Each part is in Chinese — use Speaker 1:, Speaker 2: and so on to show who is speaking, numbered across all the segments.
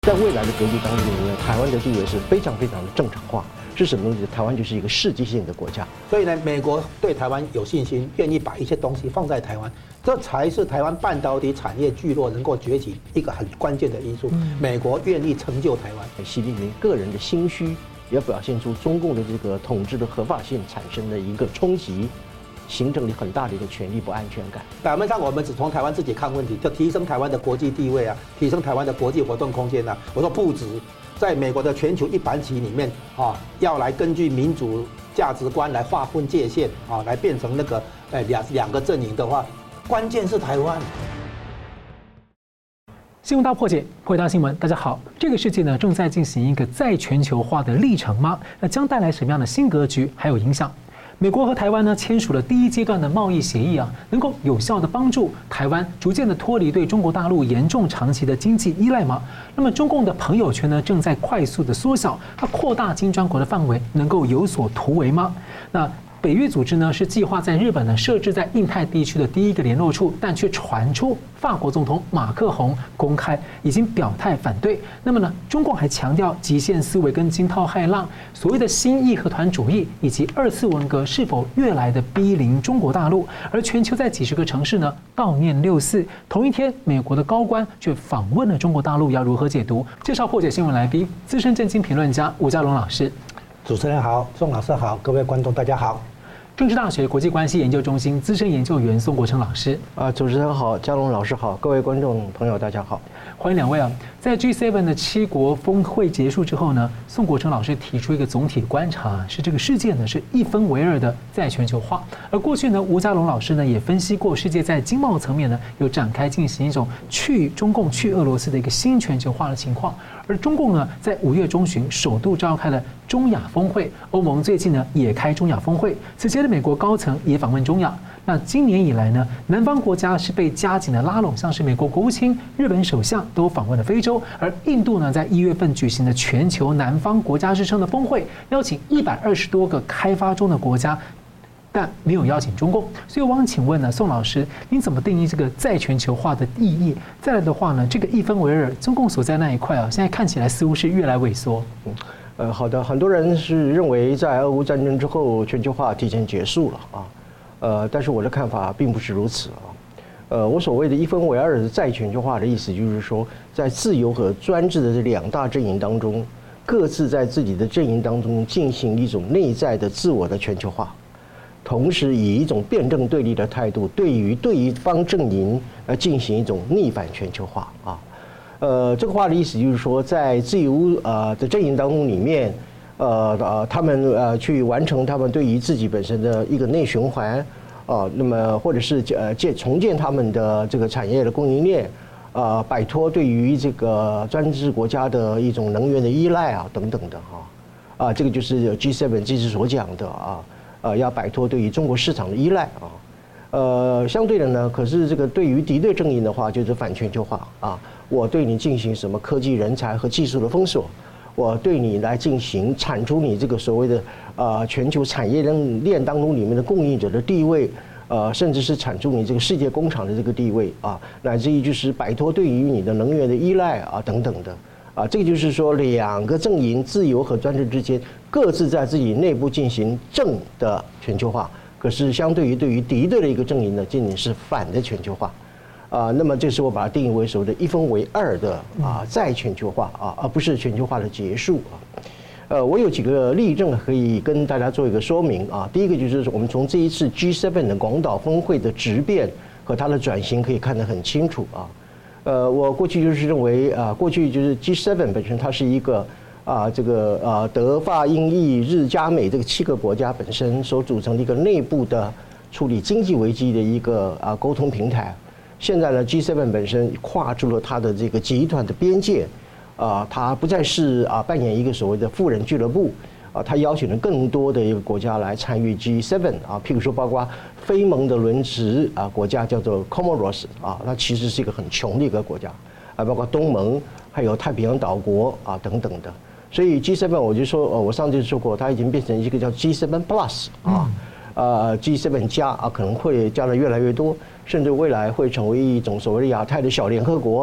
Speaker 1: 在未来的格局当中呢，台湾的地位是非常非常的正常化。是什么东西？台湾就是一个世纪性的国家。
Speaker 2: 所以呢，美国对台湾有信心，愿意把一些东西放在台湾，这才是台湾半导体产业聚落能够崛起一个很关键的因素。美国愿意成就台湾。
Speaker 1: 习近平个人的心虚，也表现出中共的这个统治的合法性产生的一个冲击。形成了很大的一个权力不安全感。
Speaker 2: 表面上我们只从台湾自己看问题，就提升台湾的国际地位啊，提升台湾的国际活动空间啊。我说不止，在美国的全球一盘棋里面啊，要来根据民主价值观来划分界限啊，来变成那个两个阵营的话，关键是台湾。
Speaker 3: 新闻大破解，回答新闻，大家好。这个世界呢正在进行一个再全球化的历程吗？那将带来什么样的新格局还有影响？美国和台湾呢签署了第一阶段的贸易协议啊，能够有效的帮助台湾逐渐的脱离对中国大陆严重长期的经济依赖吗？那么中共的朋友圈呢正在快速的缩小，它扩大金砖国的范围，能够有所突围吗？那北约组织呢是计划在日本呢设置在印太地区的第一个联络处，但却传出法国总统马克宏公开已经表态反对。那么呢，中共还强调极限思维跟惊涛骇浪，所谓的新义和团主义以及二次文革是否越来的逼临中国大陆？而全球在几十个城市呢悼念6·4，同一天，美国的高官却访问了中国大陆，要如何解读？介绍破解新闻来宾，资深政经评论家吴家龙老师。
Speaker 2: 主持人好，宋老师好，各位观众大家好。
Speaker 3: 政治大学国际关系研究中心资深研究员宋国成老师。
Speaker 1: 主持人好，嘉龙老师好，各位观众朋友大家好，
Speaker 3: 欢迎两位啊！在 G7 的7国峰会结束之后呢，宋国成老师提出一个总体观察，是这个世界呢是一分为二的在全球化。而过去呢，吴家龙老师呢也分析过，世界在经贸层面呢有展开进行一种去中共、去俄罗斯的一个新全球化的情况。而中共呢，在5月中旬首度召开了中亚峰会，欧盟最近呢也开中亚峰会，此前的美国高层也访问中亚。那今年以来呢，南方国家是被加紧的拉拢，像是美国国务卿、日本首相都访问了非洲，而印度呢，在1月份举行的全球南方国家之称的峰会，邀请120多个开发中的国家，但没有邀请中共。所以我想请问呢，宋老师，您怎么定义这个再全球化的意义？再来的话呢，这个一分为二，中共所在那一块啊，现在看起来似乎是越来萎缩。
Speaker 1: 好的，很多人是认为在俄乌战争之后，全球化提前结束了啊，但是我的看法并不是如此啊。我所谓的一分为二的再全球化的意思，就是说，在自由和专制的这2大阵营当中，各自在自己的阵营当中进行一种内在的自我的全球化，同时以一种辩证对立的态度，对于方阵营进行一种逆反全球化啊。这个话的意思就是说，在自由的阵营当中里面，他们去完成他们对于自己本身的一个内循环，那么或者是重建他们的这个产业的供应链，摆脱对于这个专制国家的一种能源的依赖啊等等的哈，这个就是 G7 机制所讲的要摆脱对于中国市场的依赖啊。相对的呢，可是这个对于敌对阵营的话，就是反全球化啊。我对你进行什么科技人才和技术的封锁，我对你来进行铲除你这个所谓的全球产业链当中里面的供应者的地位，甚至是铲除你这个世界工厂的这个地位啊，乃至于就是摆脱对于你的能源的依赖啊等等的啊，这个就是说2个阵营自由和专制之间各自在自己内部进行正的全球化，可是相对于对于敌对的一个阵营呢，仅仅是反的全球化。那么这是我把它定义为所谓的一分为二的再全球化而不是全球化的结束啊。我有几个例证可以跟大家做一个说明啊。第一个就是我们从这一次 G7 的广岛峰会的质变和它的转型可以看得很清楚啊。我过去就是认为过去就是 G7 本身它是一个这个德法英意日加美这个7个国家本身所组成的一个内部的处理经济危机的一个沟通平台。现在呢 ，G7 本身跨出了它的这个集团的边界，它不再是扮演一个所谓的富人俱乐部，它邀请了更多的一个国家来参与 G7 譬如说包括非盟的轮值国家叫做 Comoros 它其实是一个很穷的一个国家，包括东盟还有太平洋岛国等等的，所以 G7 我就说我上次说过，它已经变成一个叫 G7 Plus G7 加可能会加的越来越多。甚至未来会成为一种所谓的亚太的小联合国，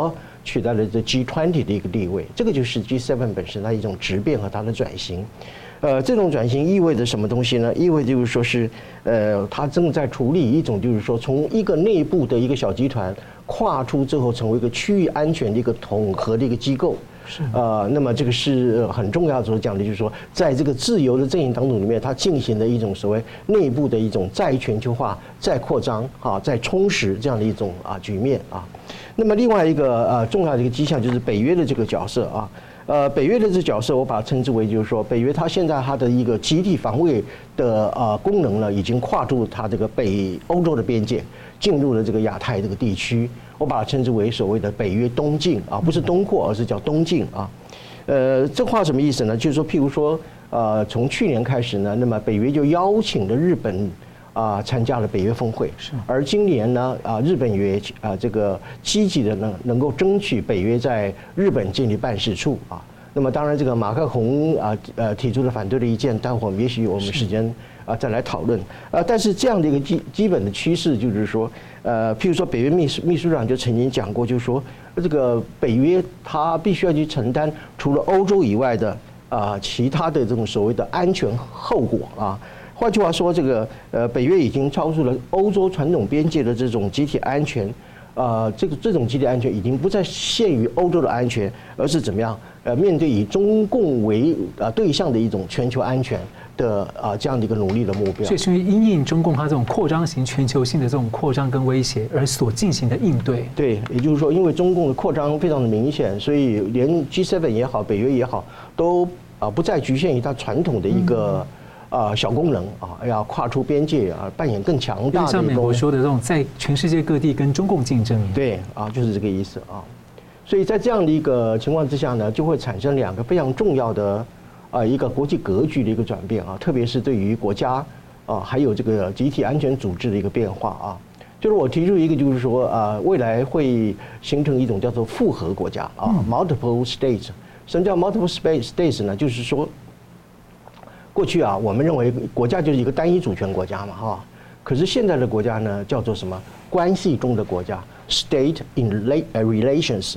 Speaker 1: 取代了这 G20 的一个地位，这个就是 G7本身它一种质变和它的转型。这种转型意味着什么东西呢？意味着就是说是，它正在处理一种就是说从一个内部的一个小集团跨出之后，成为一个区域安全的一个统合的一个机构。是那么这个是很重要的所讲的，就是说，在这个自由的阵营当中里面，它进行的一种所谓内部的一种再全球化、再扩张再充实这样的一种局面啊。那么另外一个重要的一个迹象就是北约的这个角色啊。北约的这个角色，我把它称之为就是说，北约它现在它的一个集体防卫的功能呢，已经跨入它这个北欧洲的边界，进入了这个亚太这个地区。我把它称之为所谓的北约东进啊，不是东扩，而是叫东进啊。这话什么意思呢？就是说，譬如说，从去年开始呢，那么北约就邀请了日本参加了北约峰会，而今年呢日本也这个积极的能够争取北约在日本建立办事处啊。那么当然，这个马克宏提出了反对的意见，待会儿也许我们时间再来讨论但是这样的一个基本的趋势就是说，譬如说北约秘书长就曾经讲过，就是说这个北约它必须要去承担除了欧洲以外的其他的这种所谓的安全后果啊。换句话说，这个北约已经超出了欧洲传统边界的这种集体安全，这种集体安全已经不再限于欧洲的安全，而是怎么样？面对以中共为对象的一种全球安全的这样的一个努力的目标。
Speaker 3: 所以是因应中共它这种扩张型、全球性的这种扩张跟威胁而所进行的应对。
Speaker 1: 对，也就是说，因为中共的扩张非常的明显，所以连 G7 也好，北约也好，都不再局限于它传统的一个。小功能要跨出边界扮演更强大的。
Speaker 3: 像美国说的这种，在全世界各地跟中共竞争。
Speaker 1: 对就是这个意思啊。所以在这样的一个情况之下呢，就会产生两个非常重要的一个国际格局的一个转变特别是对于国家还有这个集体安全组织的一个变化就是我提出一个，就是说未来会形成一种叫做复合国家multiple states。什么叫 multiple states 呢？就是说。过去我们认为国家就是一个单一主权国家嘛可是现在的国家呢，叫做什么？关系中的国家 ，state in relations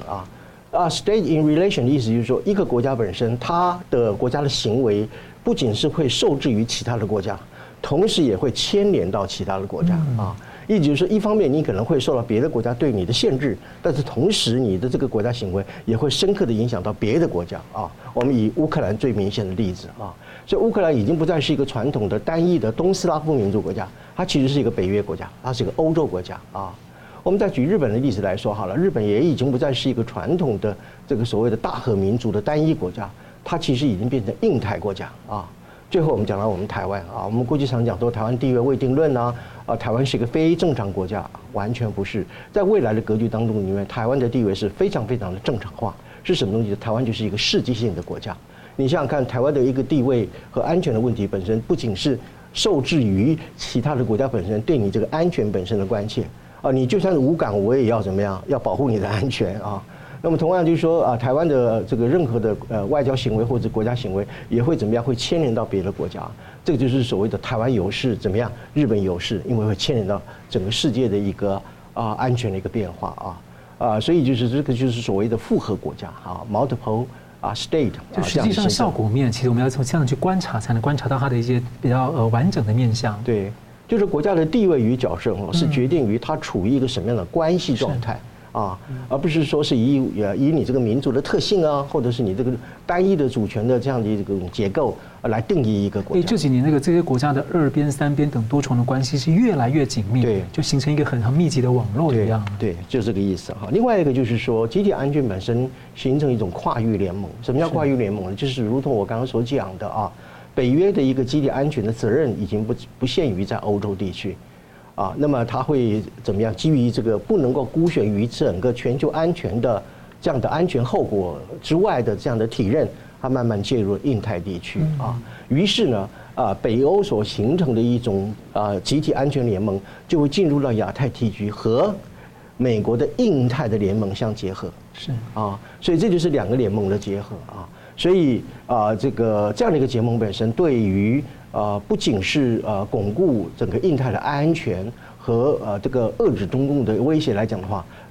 Speaker 1: state in relation 的意思就是说，一个国家本身，它的国家的行为不仅是会受制于其他的国家，同时也会牵连到其他的国家意思就是说，一方面你可能会受到别的国家对你的限制，但是同时你的这个国家行为也会深刻的影响到别的国家我们以乌克兰最明显的例子所以乌克兰已经不再是一个传统的单一的东斯拉夫民族国家，它其实是一个北约国家，它是一个欧洲国家我们再举日本的例子来说好了，日本也已经不再是一个传统的这个所谓的大和民族的单一国家，它其实已经变成印太国家最后我们讲到我们台湾我们过去常讲说台湾地位未定论台湾是一个非正常国家，完全不是。在未来的格局当中里面，台湾的地位是非常非常的正常化。是什么东西？台湾就是一个世纪性的国家。你想想看，台湾的一个地位和安全的问题本身，不仅是受制于其他的国家本身对你这个安全本身的关切你就算是无港，我也要怎么样？要保护你的安全那么同样就是说台湾的这个任何的外交行为或者国家行为也会怎么样？会牵连到别的国家。这个就是所谓的台湾有事怎么样？日本有事，因为会牵连到整个世界的一个安全的一个变化所以就是这个就是所谓的复合国家multiple state
Speaker 3: 就实际上效果面，其实我们要从这样去观察，才能观察到它的一些比较完整的面向。
Speaker 1: 对，就是国家的地位与角色是决定于它处于一个什么样的关系状态。而不是说是以你这个民族的特性或者是你这个单一的主权的这样的一种结构来定义一个国家。
Speaker 3: 这几年这些国家的二边、三边等多重的关系是越来越紧密，
Speaker 1: 对，
Speaker 3: 就形成一个很密集的网络一样。
Speaker 1: 对，就是这个意思另外一个就是说，集体安全本身形成一种跨域联盟。什么叫跨域联盟呢？就是如同我刚刚所讲的北约的一个集体安全的责任已经不限于在欧洲地区。那么它会怎么样？基于这个不能够孤悬于整个全球安全的这样的安全后果之外的这样的体认，它慢慢介入印太地区于是呢，北欧所形成的一种集体安全联盟就会进入到亚太地区和美国的印太的联盟相结合。
Speaker 3: 是
Speaker 1: 所以这就是两个联盟的结合所以这样的一个结盟本身对于不仅是巩固整个印太的安全和这个遏制中共的威胁来讲的话，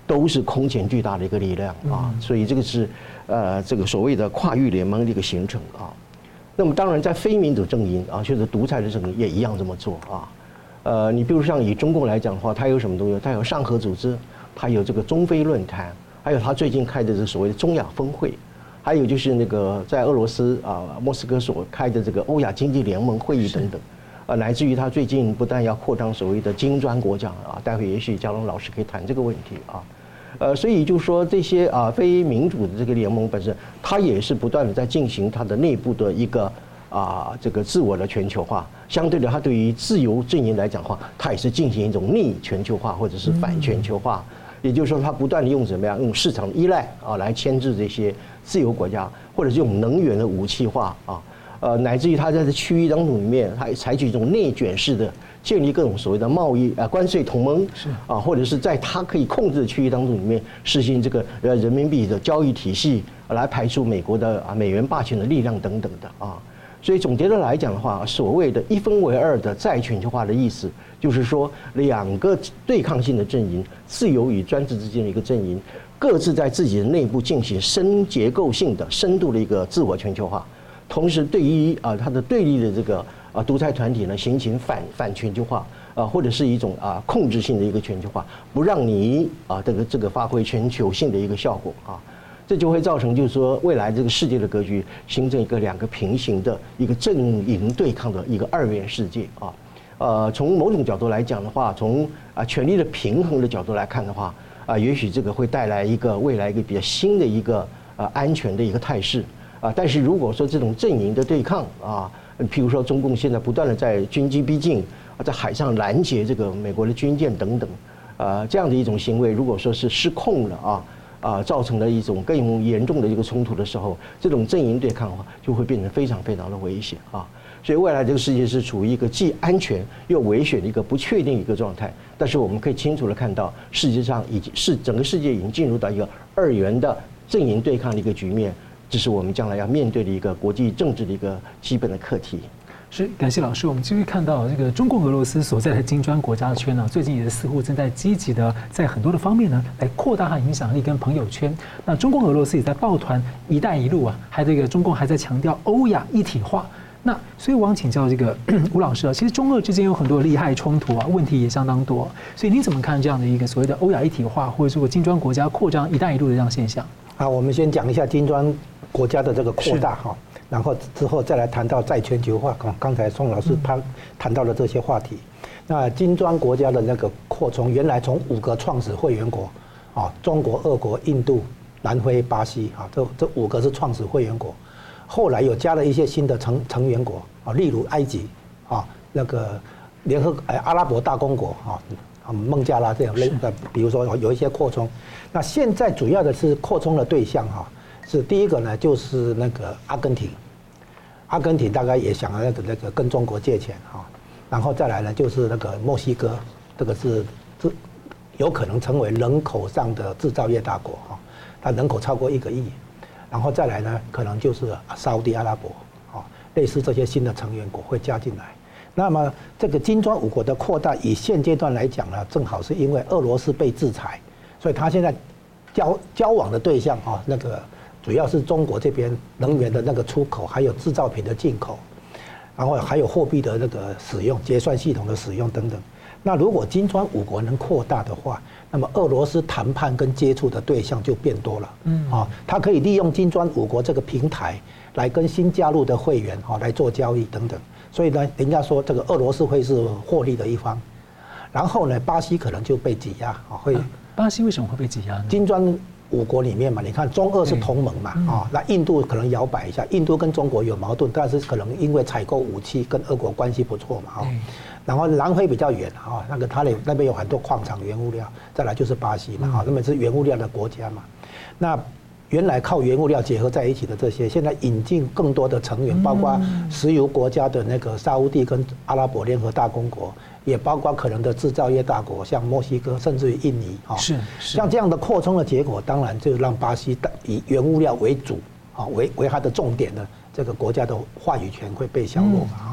Speaker 1: 都是空前巨大的一个力量啊，所以这个是这个所谓的跨域联盟的一个形成啊。那么当然，在非民主阵营啊，就是独裁的阵营也一样这么做啊。你比如像以中共来讲的话，它有什么东西？它有上合组织，它有这个中非论坛，还有它最近开的这个所谓的中亚峰会，还有就是那个在俄罗斯莫斯科所开的这个欧亚经济联盟会议等等。乃至于他最近不但要扩张所谓的金砖国家啊，待会也许嘉龙老师可以谈这个问题啊，所以就是说这些非民主的这个联盟本身，它也是不断的在进行它的内部的一个这个自我的全球化，相对的，它对于自由阵营来讲的话，它也是进行一种逆全球化或者是反全球化，也就是说，它不断的用怎么样用市场依赖来牵制这些自由国家，或者是用能源的武器化乃至于他在这区域当中里面，他采取一种内卷式的建立各种所谓的贸易关税同盟，或者是在他可以控制的区域当中里面实行这个人民币的交易体系，来排除美国的美元霸权的力量等等的所以总结的来讲的话，所谓的一分为二的再全球化的意思，就是说两个对抗性的阵营，自由与专制之间的一个阵营，各自在自己的内部进行深结构性的、深度的一个自我全球化。同时，对于它的对立的这个独裁团体呢，行反全球化或者是一种控制性的一个全球化，不让你这个发挥全球性的一个效果这就会造成就是说未来这个世界的格局形成一个两个平行的一个阵营对抗的一个二元世界从某种角度来讲的话，从权力的平衡的角度来看的话也许这个会带来一个未来一个比较新的一个安全的一个态势。但是如果说这种阵营的对抗譬如说中共现在不断的在军机逼近，在海上拦截这个美国的军舰等等，这样的一种行为，如果说是失控了造成了一种更严重的一个冲突的时候，这种阵营对抗的话，就会变成非常非常的危险所以未来这个世界是处于一个既安全又危险的一个不确定一个状态。但是我们可以清楚的看到，世界上整个世界已经进入到一个二元的阵营对抗的一个局面。这是我们将来要面对的一个国际政治的一个基本的课题。
Speaker 3: 是，感谢老师。我们继续看到这个中共俄罗斯所在的金砖国家圈呢，最近也是似乎正在积极的在很多的方面呢来扩大它的影响力跟朋友圈。那中共俄罗斯也在抱团“一带一路”还有这个中共还在强调欧亚一体化。那所以我想请教这个吴老师其实中俄之间有很多利害冲突问题也相当多。所以你怎么看这样的一个所谓的欧亚一体化，或者说金砖国家扩张“一带一路”的这样现象？
Speaker 2: 我们先讲一下金砖国家的这个扩大然后之后再来谈到再全球化。刚才宋老师他谈到了这些话题。那金砖国家的那个扩充，原来从5个创始会员国中国、俄国、印度、南非、巴西这5个是创始会员国，后来有加了一些新的成员国例如埃及那个阿拉伯大公国孟加拉这样比如说有一些扩充。那现在主要的是扩充的对象是第一个呢，就是那个阿根廷。阿根廷大概也想要那个跟中国借钱然后再来呢就是那个墨西哥，这个是有可能成为人口上的制造业大国它人口超过1个亿。然后再来呢，可能就是沙烏地阿拉伯类似这些新的成员国会加进来。那么这个金砖5国的扩大，以现阶段来讲呢，正好是因为俄罗斯被制裁，所以他现在交往的对象那个主要是中国这边能源的那个出口，还有制造品的进口，然后还有货币的那个使用、结算系统的使用等等。那如果金砖5国能扩大的话，那么俄罗斯谈判跟接触的对象就变多了。他可以利用金砖5国这个平台来跟新加入的会员来做交易等等。所以呢，人家说这个俄罗斯会是获利的一方，然后呢，巴西可能就被挤压会。
Speaker 3: 巴西为什么会被挤压呢？
Speaker 2: 金砖5国里面嘛，你看中俄是同盟嘛那印度可能摇摆一下，印度跟中国有矛盾，但是可能因为采购武器跟俄国关系不错嘛然后南非比较远那个它那边有很多矿场原物料，再来就是巴西嘛那么是原物料的国家嘛。那原来靠原物料结合在一起的这些，现在引进更多的成员，包括石油国家的那个沙烏地跟阿拉伯联合大公国，也包括可能的制造业大国，像墨西哥，甚至于印尼像这样的扩充的结果，当然就让巴西以原物料为主为它的重点的这个国家的话语权会被削弱嘛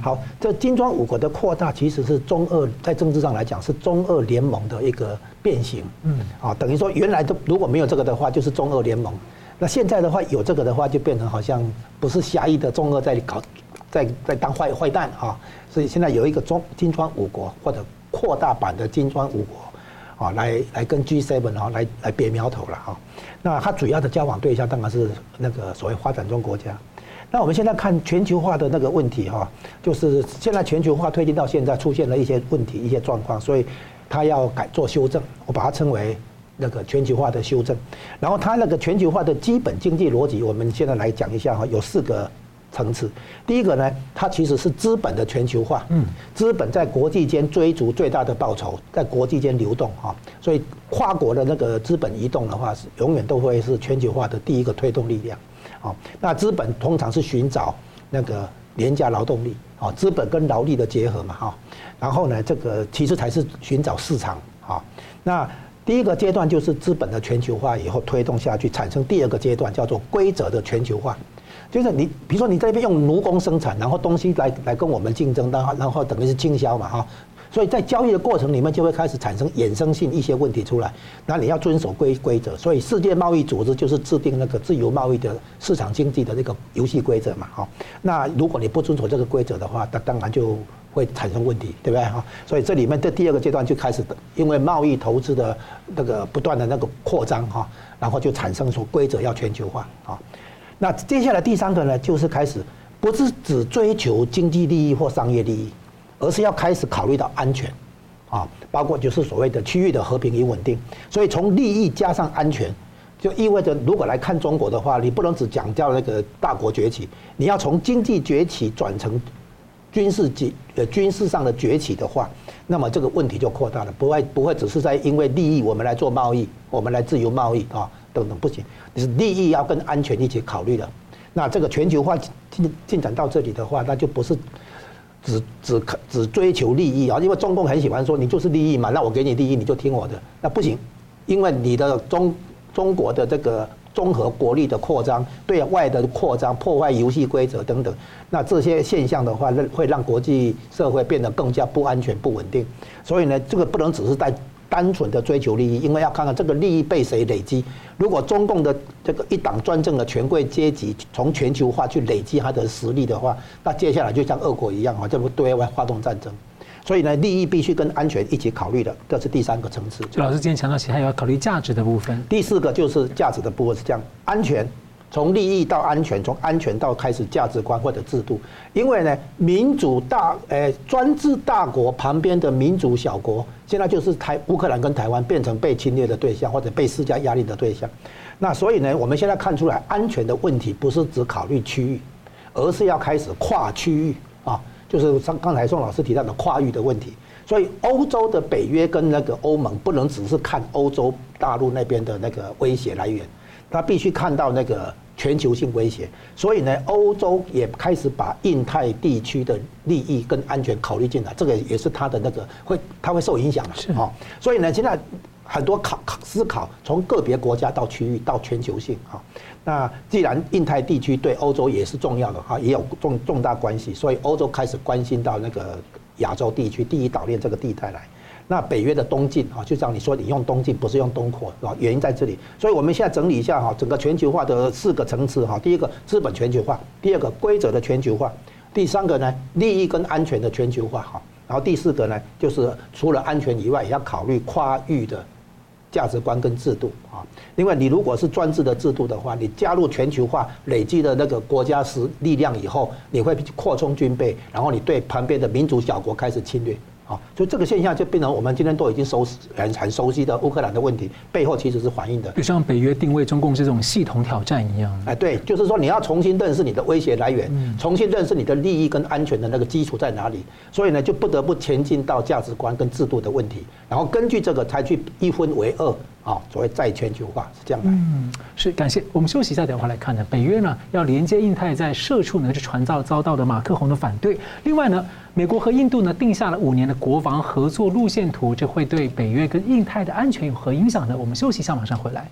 Speaker 2: 好，这金砖5国的扩大其实是中俄在政治上来讲是中俄联盟的一个变形。等于说原来如果没有这个的话，就是中俄联盟。那现在的话有这个的话，就变成好像不是狭义的中俄在搞，在当坏蛋啊。所以现在有一个金砖5国或者扩大版的金砖5国啊，来跟 G7 啊来别苗头了啊。那它主要的交往对象当然是那个所谓发展中国家。那我们现在看全球化的那个问题哈，就是现在全球化推进到现在出现了一些问题、一些状况，所以它要做修正，我把它称为那个全球化的修正。然后它那个全球化的基本经济逻辑，我们现在来讲一下哈，有4个层次。第一个呢，它其实是资本的全球化，资本在国际间追逐最大的报酬，在国际间流动哈，所以跨国的那个资本移动的话，是永远都会是全球化的第一个推动力量。那资本通常是寻找那个廉价劳动力，资本跟劳力的结合嘛，然后呢，这个其实才是寻找市场，那第一个阶段就是资本的全球化以后推动下去，产生第2个阶段叫做规则的全球化，就是你比如说你这边用奴工生产，然后东西来跟我们竞争，然后等于是倾销嘛，所以在交易的过程里面就会开始产生衍生性一些问题出来，那你要遵守规则，所以世界贸易组织就是制定那个自由贸易的市场经济的这个游戏规则嘛，那如果你不遵守这个规则的话，那当然就会产生问题，对不对？所以这里面的第2个阶段就开始，因为贸易投资的那个不断的那个扩张然后就产生说规则要全球化那接下来第3个呢，就是开始不是只追求经济利益或商业利益，而是要开始考虑到安全，包括就是所谓的区域的和平与稳定。所以从利益加上安全，就意味着如果来看中国的话，你不能只讲叫那个大国崛起，你要从经济崛起转成军事上的崛起的话，那么这个问题就扩大了，不会只是在因为利益我们来做贸易，我们来自由贸易等等，不行，你是利益要跟安全一起考虑的。那这个全球化进展到这里的话，那就不是只追求利益因为中共很喜欢说你就是利益嘛，那我给你利益你就听我的，那不行，因为你的中国的这个综合国力的扩张、对外的扩张、破坏游戏规则等等，那这些现象的话，会让国际社会变得更加不安全、不稳定。所以呢，这个不能只是在单纯的追求利益，因为要看看这个利益被谁累积。如果中共的这个一党专政的权贵阶级从全球化去累积他的实力的话，那接下来就像俄国一样这不对外发动战争。所以呢，利益必须跟安全一起考虑的，这是第3个层次。
Speaker 3: 就老师今天强调，其实还有要考虑价值的部分。
Speaker 2: 第4个就是价值的部分是这样，安全。从利益到安全，从安全到开始价值观或者制度，因为呢，民主专制大国旁边的民主小国，现在就是乌克兰跟台湾变成被侵略的对象或者被施加压力的对象。那所以呢，我们现在看出来，安全的问题不是只考虑区域，而是要开始跨区域就是刚才宋老师提到的跨域的问题。所以欧洲的北约跟那个欧盟不能只是看欧洲大陆那边的那个威胁来源。他必须看到那个全球性威胁，所以呢，欧洲也开始把印太地区的利益跟安全考虑进来，这个也是他的那个他会受影响的所以呢，现在很多思考从个别国家到区域到全球性那既然印太地区对欧洲也是重要的也有重大关系，所以欧洲开始关心到那个亚洲地区第一岛链这个地带来。那北约的东进就像你说，你用东进不是用东扩原因在这里。所以我们现在整理一下整个全球化的4个层次第一个资本全球化，第2个规则的全球化，第3个呢利益跟安全的全球化然后第4个呢就是除了安全以外，也要考虑跨域的价值观跟制度因为你如果是专制的制度的话，你加入全球化累积的那个国家力量以后，你会扩充军备，然后你对旁边的民主小国开始侵略。所以这个现象就变成我们今天都已经很熟悉的乌克兰的问题背后其实是反映的，
Speaker 3: 就像北约定位中共这种系统挑战一样。
Speaker 2: 对，就是说你要重新认识你的威胁来源，重新认识你的利益跟安全的那个基础在哪里。所以呢，就不得不前进到价值观跟制度的问题，然后根据这个才去一分为2。所谓再全球化是这样来。
Speaker 3: 是感谢。我们休息一下，等会来看呢。北约呢要连接印太，在社处呢就传遭到的马克宏的反对。另外呢，美国和印度呢定下了5年的国防合作路线图，这会对北约跟印太的安全有何影响呢？我们休息一下，马上回来。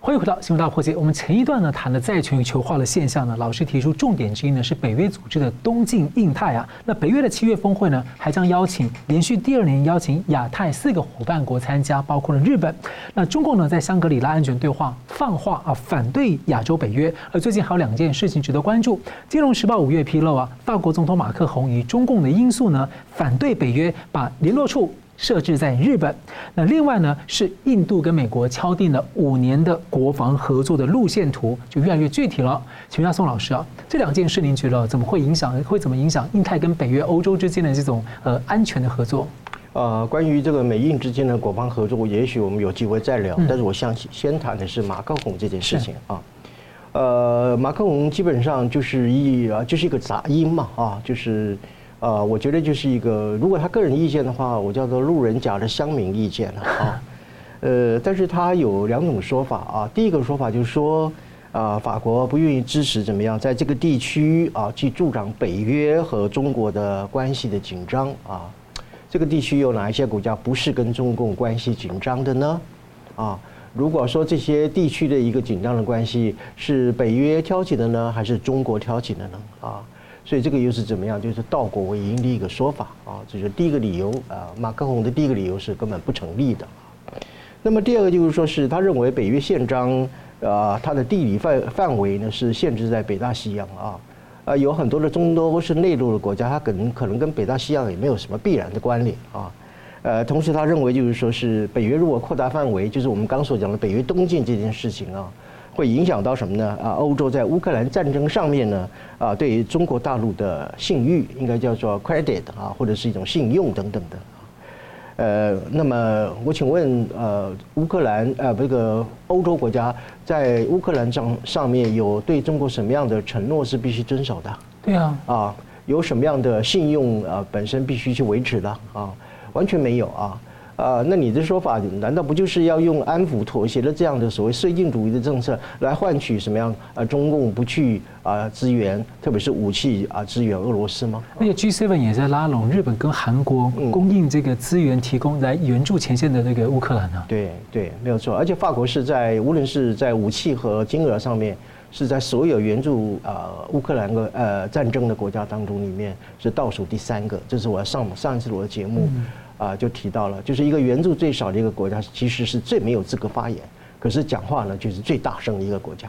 Speaker 3: 欢迎回到新闻大破解。我们前一段呢谈的在全球化的现象呢，老师提出重点之一呢是北约组织的东进印太啊。那北约的7月峰会呢，还将邀请连续第2年邀请亚太4个伙伴国参加，包括了日本。那中共呢在香格里拉安全对话放话啊，反对亚洲北约。而最近还有2件事情值得关注。金融时报5月披露啊，法国总统马克宏以中共的因素呢，反对北约把联络处设置在日本。那另外呢，是印度跟美国敲定了5年的国防合作的路线图，就越来越具体了。请问一下宋老师啊，这2件事您觉得怎么影响印太跟北约、欧洲之间的这种安全的合作？
Speaker 1: 关于这个美印之间的国防合作，也许我们有机会再聊。但是我想先谈的是马克宏这件事情啊。马克宏基本上就是一个杂音嘛啊，就是。我觉得就是一个，如果他个人意见的话，我叫做路人甲的乡民意见了啊。但是他有2种说法啊。第一个说法就是说，法国不愿意支持怎么样，在这个地区去助长北约和中国的关系的紧张啊。这个地区有哪一些国家不是跟中共关系紧张的呢？如果说这些地区的一个紧张的关系是北约挑起的呢，还是中国挑起的呢？所以这个又是怎么样？就是倒果为因的一个说法啊，这是第一个理由马克宏的第一个理由是根本不成立的。那么第二个就是说是他认为北约宪章它的地理范围呢是限制在北大西洋有很多的中东或是内陆的国家，它可能跟北大西洋也没有什么必然的关联同时他认为就是说是北约如果扩大范围，就是我们刚所讲的北约东进这件事情会影响到什么呢？欧洲在乌克兰战争上面呢，对于中国大陆的信誉，应该叫做 credit 或者是一种信用等等的。那么我请问，乌克兰这个欧洲国家在乌克兰上面有对中国什么样的承诺是必须遵守的？
Speaker 3: 对啊，
Speaker 1: 有什么样的信用本身必须去维持的完全没有那你的说法难道不就是要用安抚妥协的这样的所谓绥靖主义的政策来换取什么样中共不去支援，特别是武器支援俄罗斯吗？
Speaker 3: 而且 G7 也在拉拢日本跟韩国供应这个资源，提供来援助前线的那个乌克兰
Speaker 1: 对，没有错。而且法国是在无论是在武器和金额上面，是在所有援助乌克兰的战争的国家当中里面是倒数第3个。这是我上一次我的节目。就提到了，就是一个援助最少的一个国家，其实是最没有资格发言，可是讲话呢就是最大声的一个国家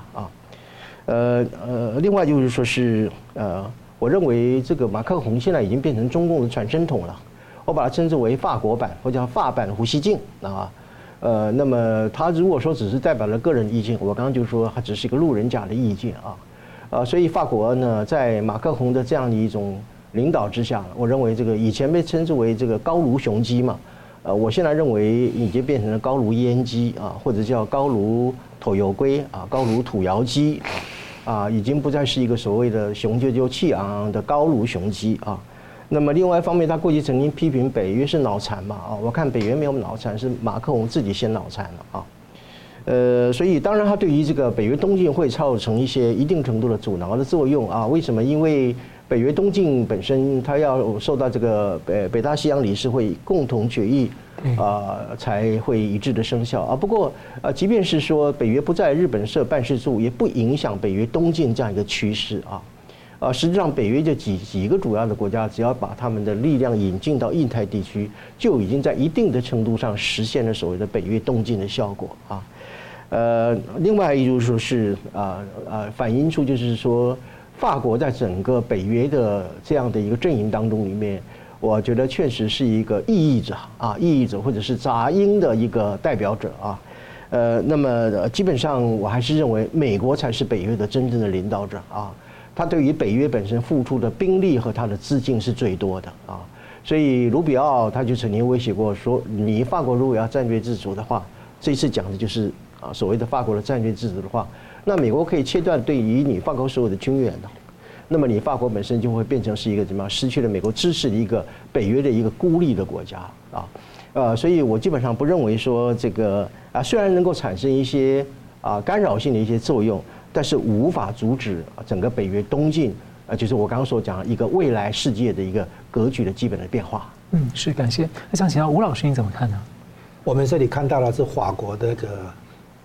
Speaker 1: 另外就是说是我认为这个马克宏现在已经变成中共的传声筒了，我把它称之为法国版或者叫法版胡锡进那么他如果说只是代表了个人意见，我刚刚就说他只是一个路人甲的意见所以法国呢在马克宏的这样的一种领导之下，我认为这个以前被称之为这个高卢雄鸡嘛，我现在认为已经变成了高卢阉鸡或者叫高卢土油龟高卢土窑鸡已经不再是一个所谓的雄赳赳气昂昂的高卢雄鸡那么另外一方面，他过去曾经批评北约是脑残嘛我看北约没有脑残，是马克宏自己先脑残了所以当然他对于这个北约东进会造成一些一定程度的阻挠的作用为什么？因为北约东进本身，它要受到这个北大西洋理事会共同决议才会一致的生效不过即便是说北约不在日本设办事处，也不影响北约东进这样一个趋势实际上北约这几个主要的国家，只要把他们的力量引进到印太地区，就已经在一定的程度上实现了所谓的北约东进的效果另外一就是说是反映出就是说。法国在整个北约的这样的一个阵营当中里面，我觉得确实是一个异议者或者是杂音的一个代表者那么基本上我还是认为美国才是北约的真正的领导者他对于北约本身付出的兵力和他的资金是最多的所以卢比奥他就曾经威胁过说，你法国如果要战略自主的话，这次讲的就是所谓的法国的战略自主的话。那美国可以切断对于你法国所有的军援那么你法国本身就会变成是一个怎么样失去了美国支持的一个北约的一个孤立的国家所以我基本上不认为说这个虽然能够产生一些干扰性的一些作用，但是无法阻止整个北约东进就是我刚刚所讲的一个未来世界的一个格局的基本的变化。
Speaker 3: 是感谢。那想请教吴老师你怎么看呢？
Speaker 2: 我们这里看到了是法国的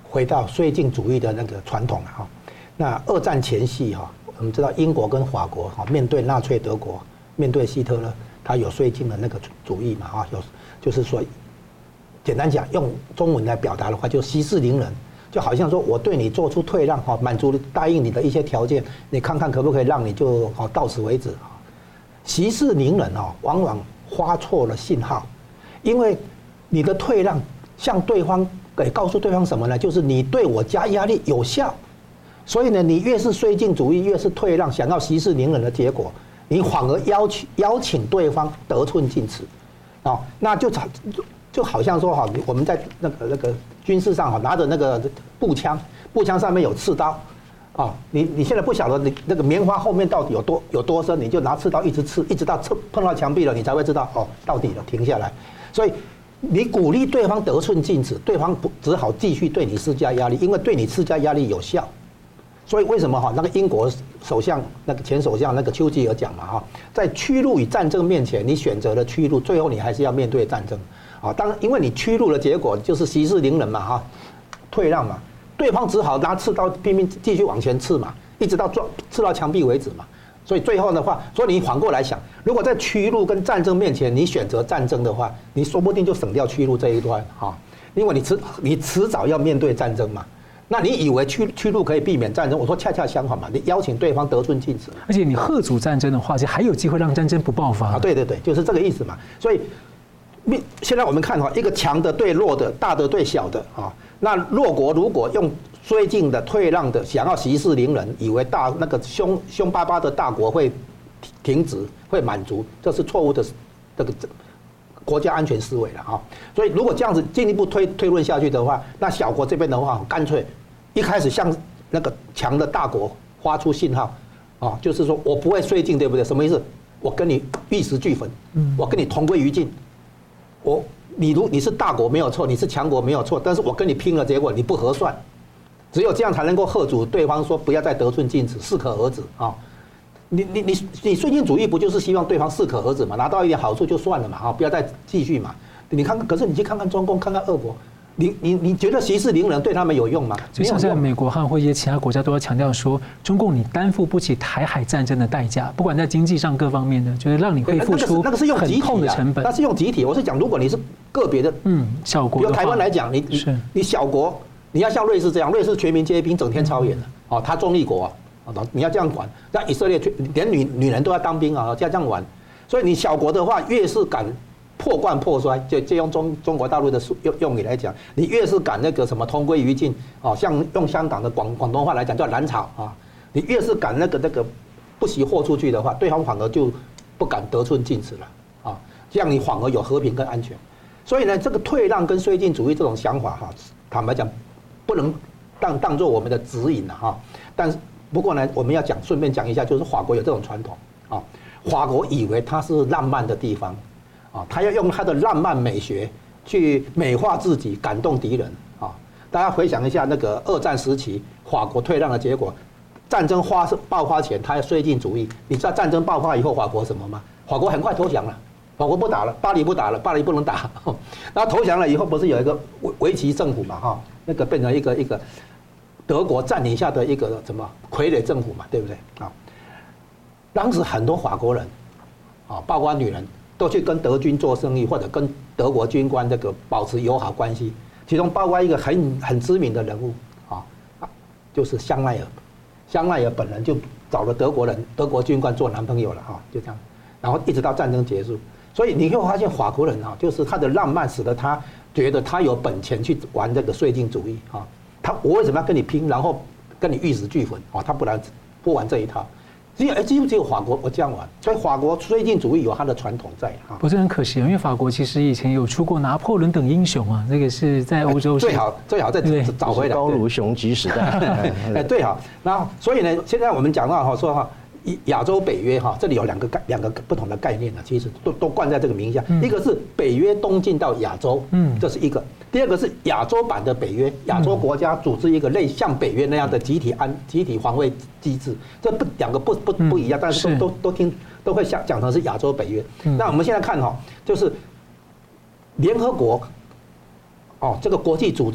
Speaker 2: 回到绥靖主义的那个传统了哈。那2战前夕哈，我们知道英国跟法国哈面对纳粹德国，面对希特勒，他有绥靖的那个主义嘛哈，就是说，简单讲用中文来表达的话，就息事宁人，就好像说我对你做出退让哈，满足答应你的一些条件，你看看可不可以让你就到此为止哈。息事宁人哦，往往发错了信号，因为你的退让向对方告诉对方什么呢？就是你对我加压力有效。所以呢，你越是绥靖主义，越是退让，想要息事宁人的结果，你反而邀请对方得寸进尺，啊，那就好像说哈，我们在那个军事上哈，拿着那个步枪上面有刺刀，啊，你现在不晓得你那个棉花后面到底有多深，你就拿刺刀一直刺，一直到碰到墙壁了，你才会知道哦，到底了，停下来。所以你鼓励对方得寸进尺，对方只好继续对你施加压力，因为对你施加压力有效。所以为什么哈那个英国首相那个前首相那个丘吉尔讲嘛哈，在屈辱与战争面前，你选择了屈辱，最后你还是要面对战争啊。当然，因为你屈辱的结果就是息事宁人嘛哈，退让嘛，对方只好拿刺刀拼命继续往前刺嘛，一直到刺到墙壁为止嘛。所以最后的话，所以你反过来想，如果在屈辱跟战争面前，你选择战争的话，你说不定就省掉屈辱这一端哈，因为你迟早要面对战争嘛。那你以为屈辱可以避免战争？我说恰恰相反嘛，你邀请对方得寸进尺，
Speaker 3: 而且你嚇阻战争的话，就还有机会让战争不爆发。
Speaker 2: 啊，对，就是这个意思嘛。所以现在我们看哈，一个强的对弱的，大的对小的啊。那弱国如果用绥靖的、退让的，想要息事宁人，以为那个凶巴巴的大国会停止、会满足，这是错误的这个国家安全思维了啊。所以如果这样子进一步推论下去的话，那小国这边的话，干脆一开始向那个强的大国发出信号啊，就是说我不会绥靖，对不对？什么意思？我跟你玉石俱焚，我跟你同归于尽。你是大国没有错，你是强国没有错，但是我跟你拼了，结果你不合算，只有这样才能够吓阻对方说不要再得寸进尺，适可而止啊。你绥靖主义不就是希望对方适可而止嘛，拿到一点好处就算了嘛，啊，不要再继续嘛。你看看，可是你去看看中共，看看俄国。你觉得息事宁人对他们有用吗？
Speaker 3: 就像在美国和一些其他国家都要强调说，中共你担负不起台海战争的代价，不管在经济上各方面的，就是让你会付出很痛的成本。
Speaker 2: 那是用集体，我是讲，如果你是个别的，
Speaker 3: 小国，
Speaker 2: 比如台湾来讲，你小国，你要像瑞士这样，瑞士全民皆兵，整天操演的，哦，他中立国啊，你要这样管。那以色列连女人都要当兵啊，要这样玩。所以你小国的话，越是敢破罐破摔，就用中国大陆的用语来讲，你越是敢那个什么同归于尽啊，像用香港的广东话来讲叫蓝草啊，你越是敢那个不惜豁出去的话，对方反而就不敢得寸进尺了啊，这样你反而有和平跟安全。所以呢，这个退让跟绥靖主义这种想法哈，坦白讲，不能当做我们的指引了哈。但是不过呢，我们要顺便讲一下，就是法国有这种传统啊，法国以为它是浪漫的地方。啊，他要用他的浪漫美学去美化自己，感动敌人啊！大家回想一下那个2战时期法国退让的结果，战争爆发前他要绥靖主义，你知道战争爆发以后法国什么吗？法国很快投降了，法国不打了，巴黎不打了，巴黎不能打。然后投降了以后，不是有一个维奇政府嘛？哈，那个变成一个德国占领下的一个什么傀儡政府嘛，对不对？啊，当时很多法国人啊，包括女人。都去跟德军做生意，或者跟德国军官这个保持友好关系，其中包括一个很知名的人物啊，就是香奈儿。香奈儿本人就找了德国军官做男朋友了啊，就这样，然后一直到战争结束。所以你会发现法国人啊，就是他的浪漫使得他觉得他有本钱去玩这个绥靖主义啊。我为什么要跟你拼，然后跟你玉石俱焚啊？他不玩这一套。几乎只有法国我这样玩，所以法国绥靖主义有它的传统在啊。
Speaker 3: 不是很可惜，因为法国其实以前有出过拿破仑等英雄啊，这个是在欧洲
Speaker 2: 最好再找回来。
Speaker 1: 高卢雄鸡时代，
Speaker 2: 哎对哈，然后所以呢，现在我们讲到说哈，亚洲北约哈，这里有两个不同的概念呢，其实都冠在这个名下，一个是北约东进到亚洲，这是一个。第二个是亚洲版的北约，亚洲国家组织一个类像北约那样的集体防卫机制，这两个不一样，但是都会讲成是亚洲北约。那我们现在看哈，就是联合国，哦，这个国际组织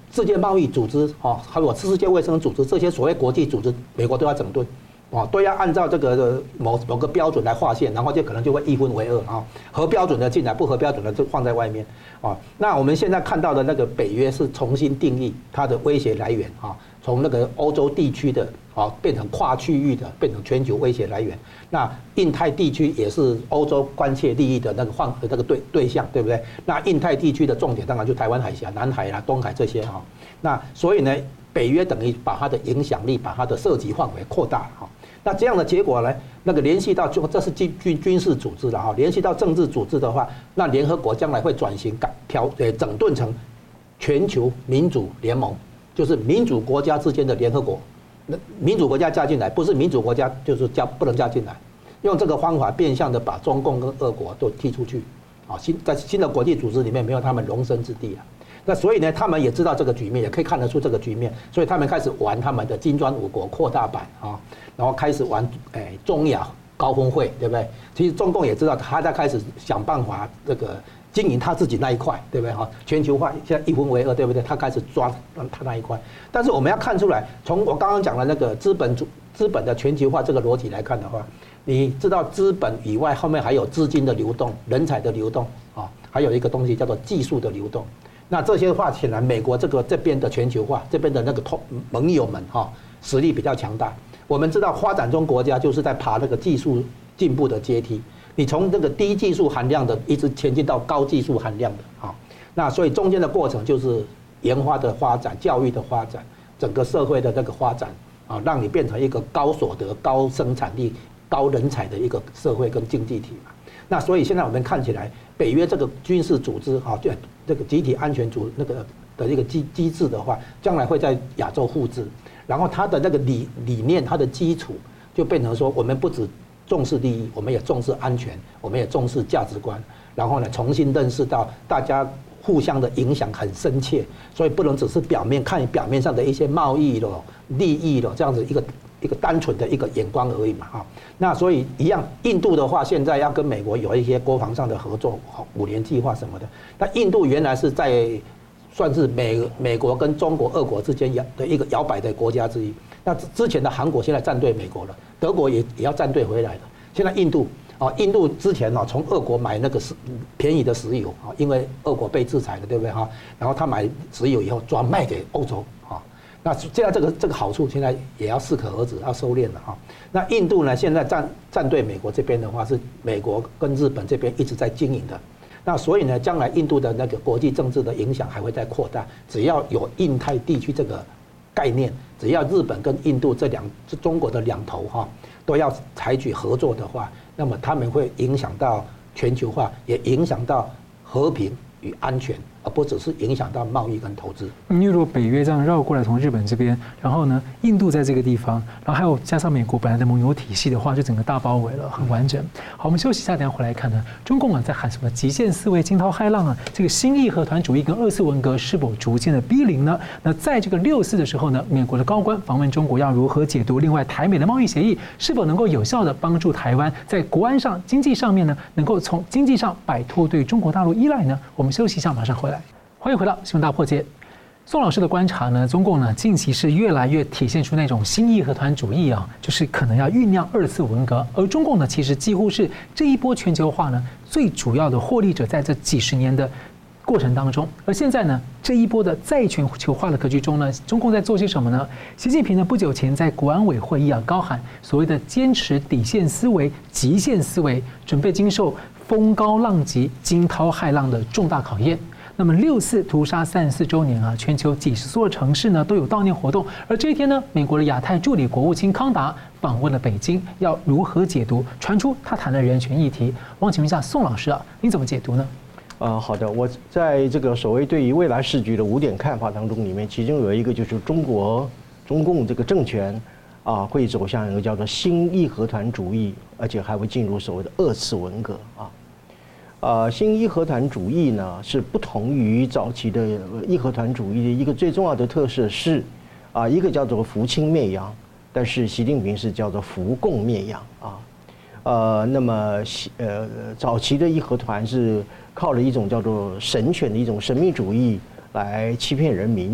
Speaker 2: 世界贸易组织还有世界卫生组织这些所谓国际组织，美国都要整顿。都要按照这个某个标准来划线，然后就可能就会一分为二啊，合标准的进来，不合标准的就放在外面啊。那我们现在看到的那个北约是重新定义它的威胁来源啊，从那个欧洲地区的变成跨区域的，变成全球威胁来源。那印太地区也是欧洲关切利益的那个对象，对不对？那印太地区的重点当然就台湾海峡、南海啦、东海这些哈。那所以呢，北约等于把它的影响力、把它的涉及范围扩大哈。那这样的结果呢？那个联系到这是军事组织了哈，联系到政治组织的话，那联合国将来会转型整顿成全球民主联盟，就是民主国家之间的联合国。那民主国家加进来，不是民主国家就是不能加进来，用这个方法变相的把中共跟俄国都踢出去，在新的国际组织里面没有他们容身之地了。那所以呢，他们也知道这个局面，也可以看得出这个局面，所以他们开始玩他们的金砖五国扩大版啊，然后开始玩中亚高峰会，对不对？其实中共也知道，他在开始想办法这个经营他自己那一块，对不对？全球化现在一分为二，对不对？他开始抓他那一块，但是我们要看出来，从我刚刚讲的那个资本的全球化这个逻辑来看的话，你知道资本以外，后面还有资金的流动、人才的流动啊，还有一个东西叫做技术的流动。那这些话显然美国这边的全球化，这边的那个盟友们实力比较强大。我们知道发展中国家就是在爬那个技术进步的阶梯，你从这个低技术含量的一直前进到高技术含量的那所以中间的过程就是研发的发展、教育的发展、整个社会的那个发展让你变成一个高所得、高生产力、高人才的一个社会跟经济体嘛。那所以现在我们看起来，北约这个军事组织这个集体安全那个的一个机制的话，将来会在亚洲复制，然后它的那个理念、它的基础就变成说，我们不只重视利益，我们也重视安全，我们也重视价值观，然后呢，重新认识到大家互相的影响很深切，所以不能只是看表面上的一些贸易利益这样子一个单纯的一个眼光而已嘛那所以一样，印度的话现在要跟美国有一些国防上的合作，5年计划什么的。那印度原来是算是美国跟中国、俄国之间的一个摇摆的国家之一。那之前的韩国现在站队美国了，德国也要站队回来了。现在印度之前从俄国买那个便宜的石油因为俄国被制裁了，对不对然后他买石油以后专卖给欧洲那现在这个好处现在也要适可而止，要收敛了那印度呢，现在站队美国这边的话，是美国跟日本这边一直在经营的。那所以呢，将来印度的那个国际政治的影响还会再扩大。只要有印太地区这个概念，只要日本跟印度中国的两头都要采取合作的话，那么他们会影响到全球化，也影响到和平与安全，而不只是影响到贸易跟投资。
Speaker 3: 因为如果北约这样绕过来，从日本这边，然后呢，印度在这个地方，然后还有加上美国本来的盟友体系的话，就整个大包围了，很完整。好，我们休息一下，等一下回来看呢，中共在喊什么极限思维、惊涛骇浪这个新义和团主义跟2次文革是否逐渐的逼临呢？那在这个6次的时候呢，美国的高官访问中国要如何解读？另外，台美的贸易协议是否能够有效的帮助台湾在国安上、经济上面呢，能够从经济上摆脱对中国大陆依赖呢？我们休息一下，马上回来。欢迎回到新闻大破解。宋老师的观察呢，中共呢近期是越来越体现出那种新义和团主义就是可能要酝酿2次文革。而中共呢，其实几乎是这一波全球化呢最主要的获利者，在这几十年的过程当中。而现在呢，这一波的再全球化的格局中呢，中共在做些什么呢？习近平呢不久前在国安委会议高喊所谓的坚持底线思维、极限思维，准备经受风高浪急、惊涛骇浪的重大考验。那么6次屠杀34周年全球几十座城市呢都有悼念活动。而这一天呢，美国的亚太助理国务卿康达访问了北京，要如何解读？传出他谈了人权议题。我请问一下宋老师你怎么解读呢？
Speaker 1: 好的，我在这个所谓对于未来时局的5点看法当中，里面其中有一个就是中共这个政权会走向一个叫做新义和团主义，而且还会进入所谓的2次文革新义和团主义呢是不同于早期的义和团主义的一个最重要的特色是一个叫做扶清灭洋，但是习近平是叫做扶共灭洋那么早期的义和团是靠了一种叫做神权的一种神秘主义来欺骗人民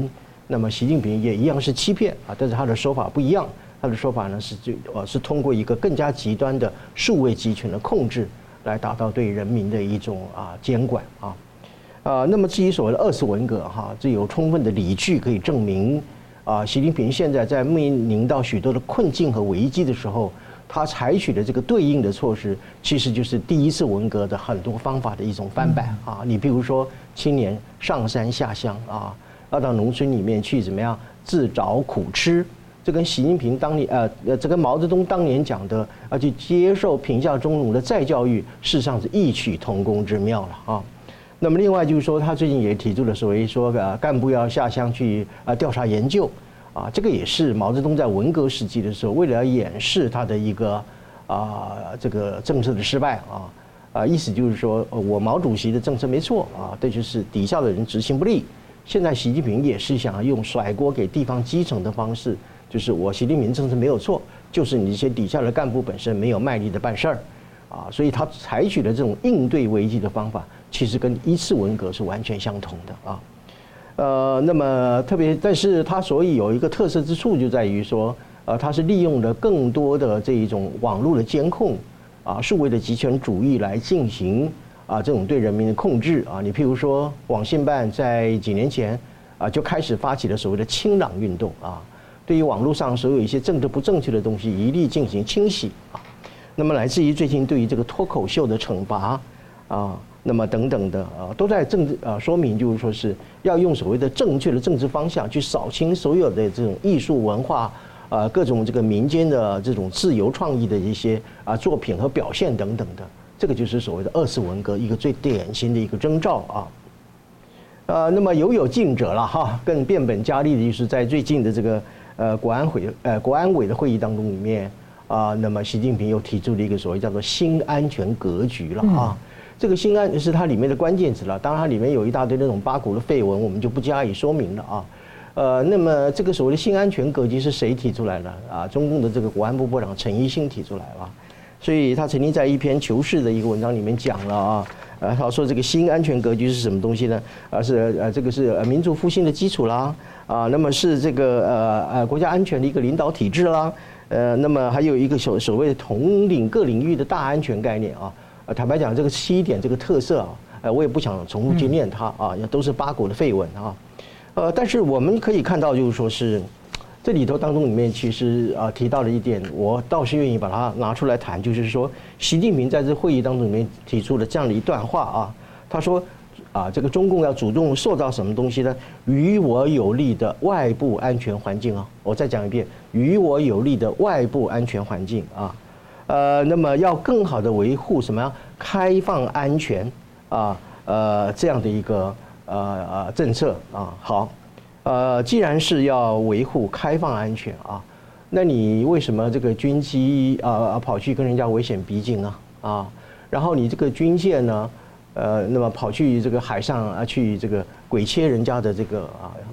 Speaker 1: 那么习近平也一样是欺骗啊，但是他的说法不一样，他的说法呢是通过一个更加极端的数位集权的控制来达到对人民的一种监管啊。那么至于所谓的20文革这有充分的理据可以证明习近平现在在面临到许多的困境和危机的时候，他采取的这个对应的措施，其实就是第1次文革的很多方法的一种翻版啊。你比如说青年上山下乡要到农村里面去怎么样自找苦吃，这跟习近平当年这跟毛泽东当年讲的去接受贫下中农的再教育，事实上是异曲同工之妙了啊。那么另外就是说，他最近也提出了所谓说干部要下乡去调查研究这个也是毛泽东在文革时期的时候，为了要掩饰他的一个这个政策的失败意思就是说我毛主席的政策没错但就是底下的人执行不力。现在习近平也是想要用甩锅给地方基层的方式，就是我习近平政策没有错，就是你这些底下的干部本身没有卖力的办事儿所以他采取的这种应对危机的方法，其实跟1次文革是完全相同的那么特别，但是它所以有一个特色之处，就在于说，它是利用了更多的这一种网络的监控数位的集权主义来进行这种对人民的控制你譬如说，网信办在几年前就开始发起了所谓的清朗运动对于网络上所有一些政治不正确的东西，一律进行清洗那么来自于最近对于这个脱口秀的惩罚那么等等的都在说明，就是说是要用所谓的正确的政治方向去扫清所有的这种艺术文化各种这个民间的这种自由创意的一些作品和表现等等的，这个就是所谓的2次文革一个最典型的一个征兆那么有近者了更变本加厉的就是在最近的这个国安委的会议当中里面那么习近平又提出了一个所谓叫做新安全格局了这个新安是它里面的关键词了，当然它里面有一大堆那种八股的绯闻，我们就不加以说明了那么这个所谓的新安全格局是谁提出来的中共的这个国安部部长陈一新提出来了，所以他曾经在一篇求是的一个文章里面讲了他说这个新安全格局是什么东西呢？是这个是民族复兴的基础啦那么是这个国家安全的一个领导体制啦那么还有一个所谓的统领各领域的大安全概念坦白讲，这个7点这个特色我也不想重复去念它也都是八股的绯闻但是我们可以看到，就是说是这里头当中里面其实提到了一点，我倒是愿意把它拿出来谈，就是说习近平在这会议当中里面提出了这样的一段话他说这个中共要主动塑造什么东西呢？与我有利的外部安全环境我再讲一遍，与我有利的外部安全环境那么要更好的维护什么呀？开放安全这样的一个政策好既然是要维护开放安全那你为什么这个军机跑去跟人家危险逼近然后你这个军舰呢那么跑去这个海上去这个鬼切人家的这个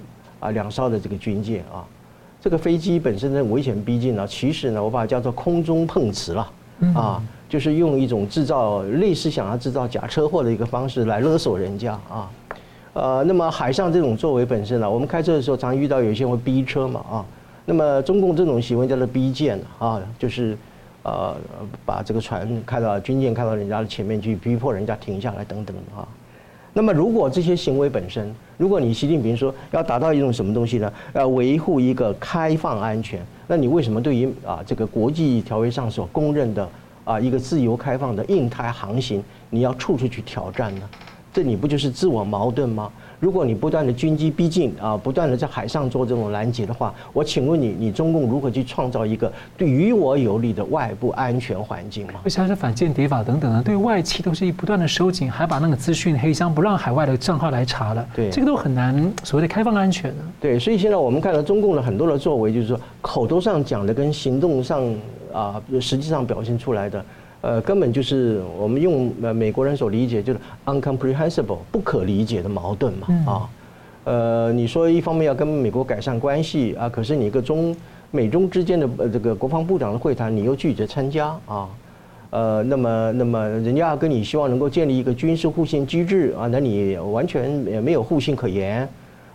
Speaker 1: 2艘的这个军舰这个飞机本身的危险逼近其实呢我把它叫做空中碰瓷了就是用一种制造类似想要制造假车祸的一个方式来勒索人家那么海上这种作为本身我们开车的时候常遇到有些人会逼车嘛那么中共这种行为叫做逼舰就是把这个船军舰开到人家的前面去，逼迫人家停下来等等那么如果这些行为本身，如果你习近平说要达到一种什么东西呢？要维护一个开放安全，那你为什么对于这个国际条约上所公认的一个自由开放的印太航行，你要处处去挑战呢？这你不就是自我矛盾吗？如果你不断的军机逼近不断的在海上做这种拦截的话，我请问你中共如何去创造一个对于我有利的外部安全环境吗？
Speaker 3: 像是反间谍法等等的，对外企都是不断的收紧，还把那个资讯黑箱，不让海外的账号来查了。
Speaker 1: 对，
Speaker 3: 这个都很难所谓的开放安全
Speaker 1: 对，所以现在我们看到中共的很多的作为，就是说口头上讲的跟行动上实际上表现出来的。根本就是我们用美国人所理解就是 uncomprehensible 不可理解的矛盾嘛你说一方面要跟美国改善关系可是你一个美中之间的这个国防部长的会谈你又拒绝参加那么人家跟你希望能够建立一个军事互信机制那你完全没有互信可言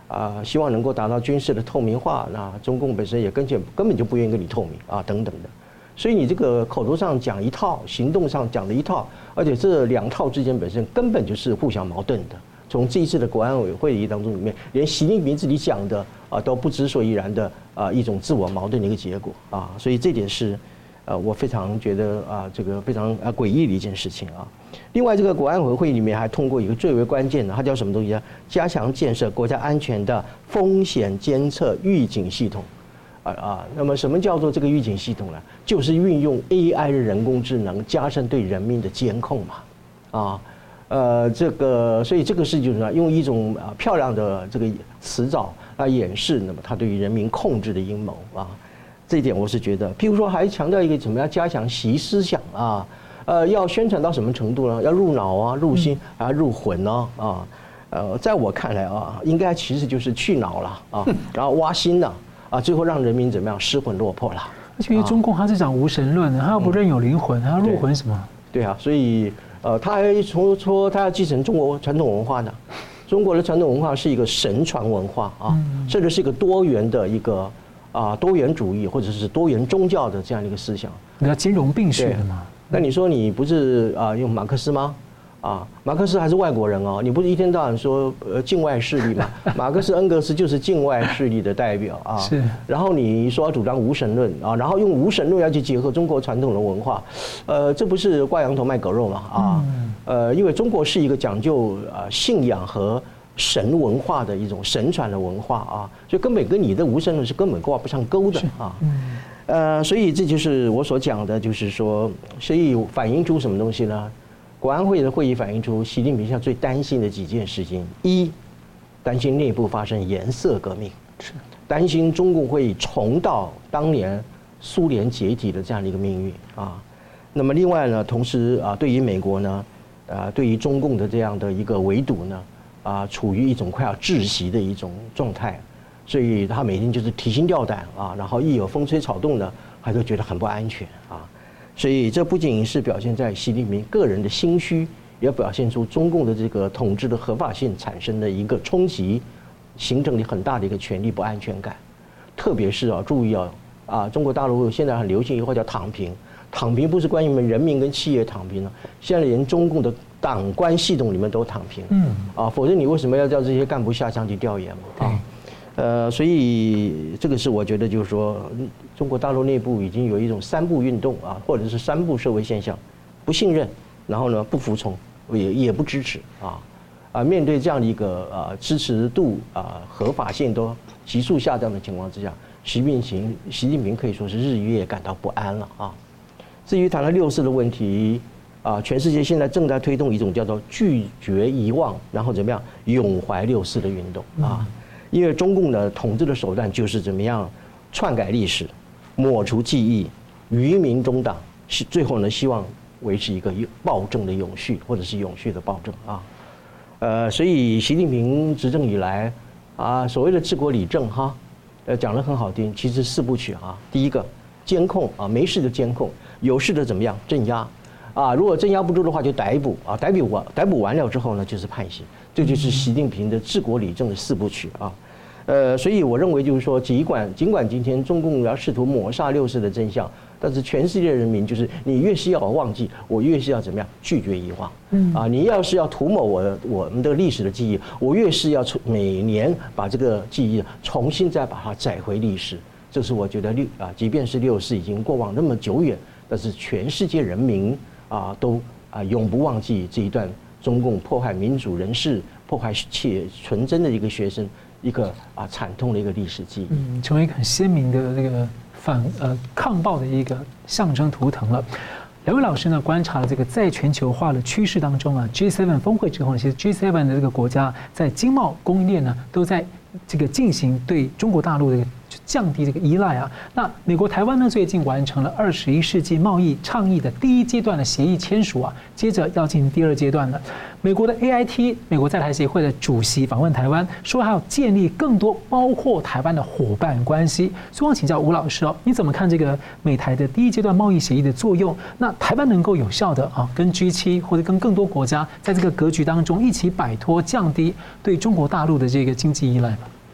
Speaker 1: 希望能够达到军事的透明化，那中共本身也根本就不愿意跟你透明啊，等等的。所以你这个口头上讲一套，行动上讲的一套，而且这2套之间本身根本就是互相矛盾的。从这一次的国安委会议当中里面，连习近平自己讲的都不知所以然的一种自我矛盾的一个结果啊，所以这点是我非常觉得这个非常诡异的一件事情啊。另外，这个国安委会议里面还通过一个最为关键的，它叫什么东西啊？加强建设国家安全的风险监测预警系统。那么什么叫做这个预警系统呢？就是运用 AI 的人工智能加深对人民的监控嘛，所以这个是就是用一种漂亮的这个词藻来掩饰，那么他对于人民控制的阴谋啊，这一点我是觉得，譬如说还强调一个怎么样加强习思想啊，要宣传到什么程度呢？要入脑啊，入心啊，入魂啊，在我看来应该其实就是去脑了啊，然后挖心了。最后让人民怎么样失魂落魄了？
Speaker 3: 而且因为中共他是讲无神论的，他要不认有灵魂，他要入魂什么？
Speaker 1: 对啊，所以他还说他要继承中国传统文化呢。中国的传统文化是一个神传文化甚至是一个多元的一个多元主义或者是多元宗教的这样的一个思想。
Speaker 3: 你要兼容并蓄的嘛？
Speaker 1: 那你说你不是用马克思吗？马克思还是外国人哦，你不是一天到晚说境外势力嘛？马克思、恩格斯就是境外势力的代表
Speaker 3: 是。
Speaker 1: 然后你说要主张无神论然后用无神论要去结合中国传统的文化，这不是挂羊头卖狗肉嘛？因为中国是一个讲究信仰和神文化的一种神传的文化所以根本跟你的无神论是根本挂不上钩的所以这就是我所讲的，就是说，所以反映出什么东西呢？国安会的会议反映出习近平现在最担心的几件事情：一，担心内部发生颜色革命，担心中共会重蹈当年苏联解体的这样的一个命运那么另外呢，同时对于美国呢，对于中共的这样的一个围堵呢，处于一种快要窒息的一种状态，所以他每天就是提心吊胆然后一有风吹草动呢，他就觉得很不安全所以这不仅是表现在习近平个人的心虚，也表现出中共的这个统治的合法性产生的一个冲击，形成了很大的一个权力不安全感。特别是注意中国大陆现在很流行一句话叫躺平，躺平不是关于人民跟企业躺平了，现在连中共的党官系统里面都躺平否则你为什么要叫这些干部下乡去调研所以这个是我觉得就是说，中国大陆内部已经有一种3不运动或者是3不社会现象：不信任，然后呢不服从，也不支持面对这样的一个支持度合法性都急速下降的情况之下，习近平可以说是日月感到不安了至于谈到6四的问题全世界现在正在推动一种叫做拒绝遗忘，然后怎么样永怀6四的运动因为中共的统治的手段就是怎么样篡改历史、抹除记忆、愚民中党，最后呢希望维持一个暴政的永续，或者是永续的暴政所以习近平执政以来所谓的治国理政讲得很好听，其实4部曲第一个监控没事就监控，有事的怎么样镇压如果镇压不住的话就逮捕逮捕完了之后呢就是判刑，这就是习近平的治国理政的4部曲所以我认为就是说，尽管今天中共要试图抹杀6四的真相，但是全世界人民就是你越是要忘记，我越是要怎么样拒绝遗忘你要是要涂抹我们的历史的记忆，我越是要每年把这个记忆重新再把它载回历史。这是我觉得即便是6四已经过往那么久远，但是全世界人民都永不忘记这一段中共迫害民主人士、迫害且纯真的一个学生。一个惨痛的一个历史记忆，
Speaker 3: 成为一个很鲜明的这个抗暴的一个象征图腾了。2位老师呢观察了这个在全球化的趋势当中G7 峰会之后呢，其实 G7 的这个国家在经贸供应链呢都在这个进行对中国大陆的降低这个依赖那美国台湾呢最近完成了21世纪贸易倡议的第1阶段的协议签署接着要进行第2阶段了。美国的 AIT 美国在台协会的主席访问台湾，说还要建立更多包括台湾的伙伴关系。所以我想请教吴老师你怎么看这个美台的第1阶段贸易协议的作用？那台湾能够有效的跟 G7 或者跟更多国家在这个格局当中一起摆脱降低对中国大陆的这个经济依赖吗？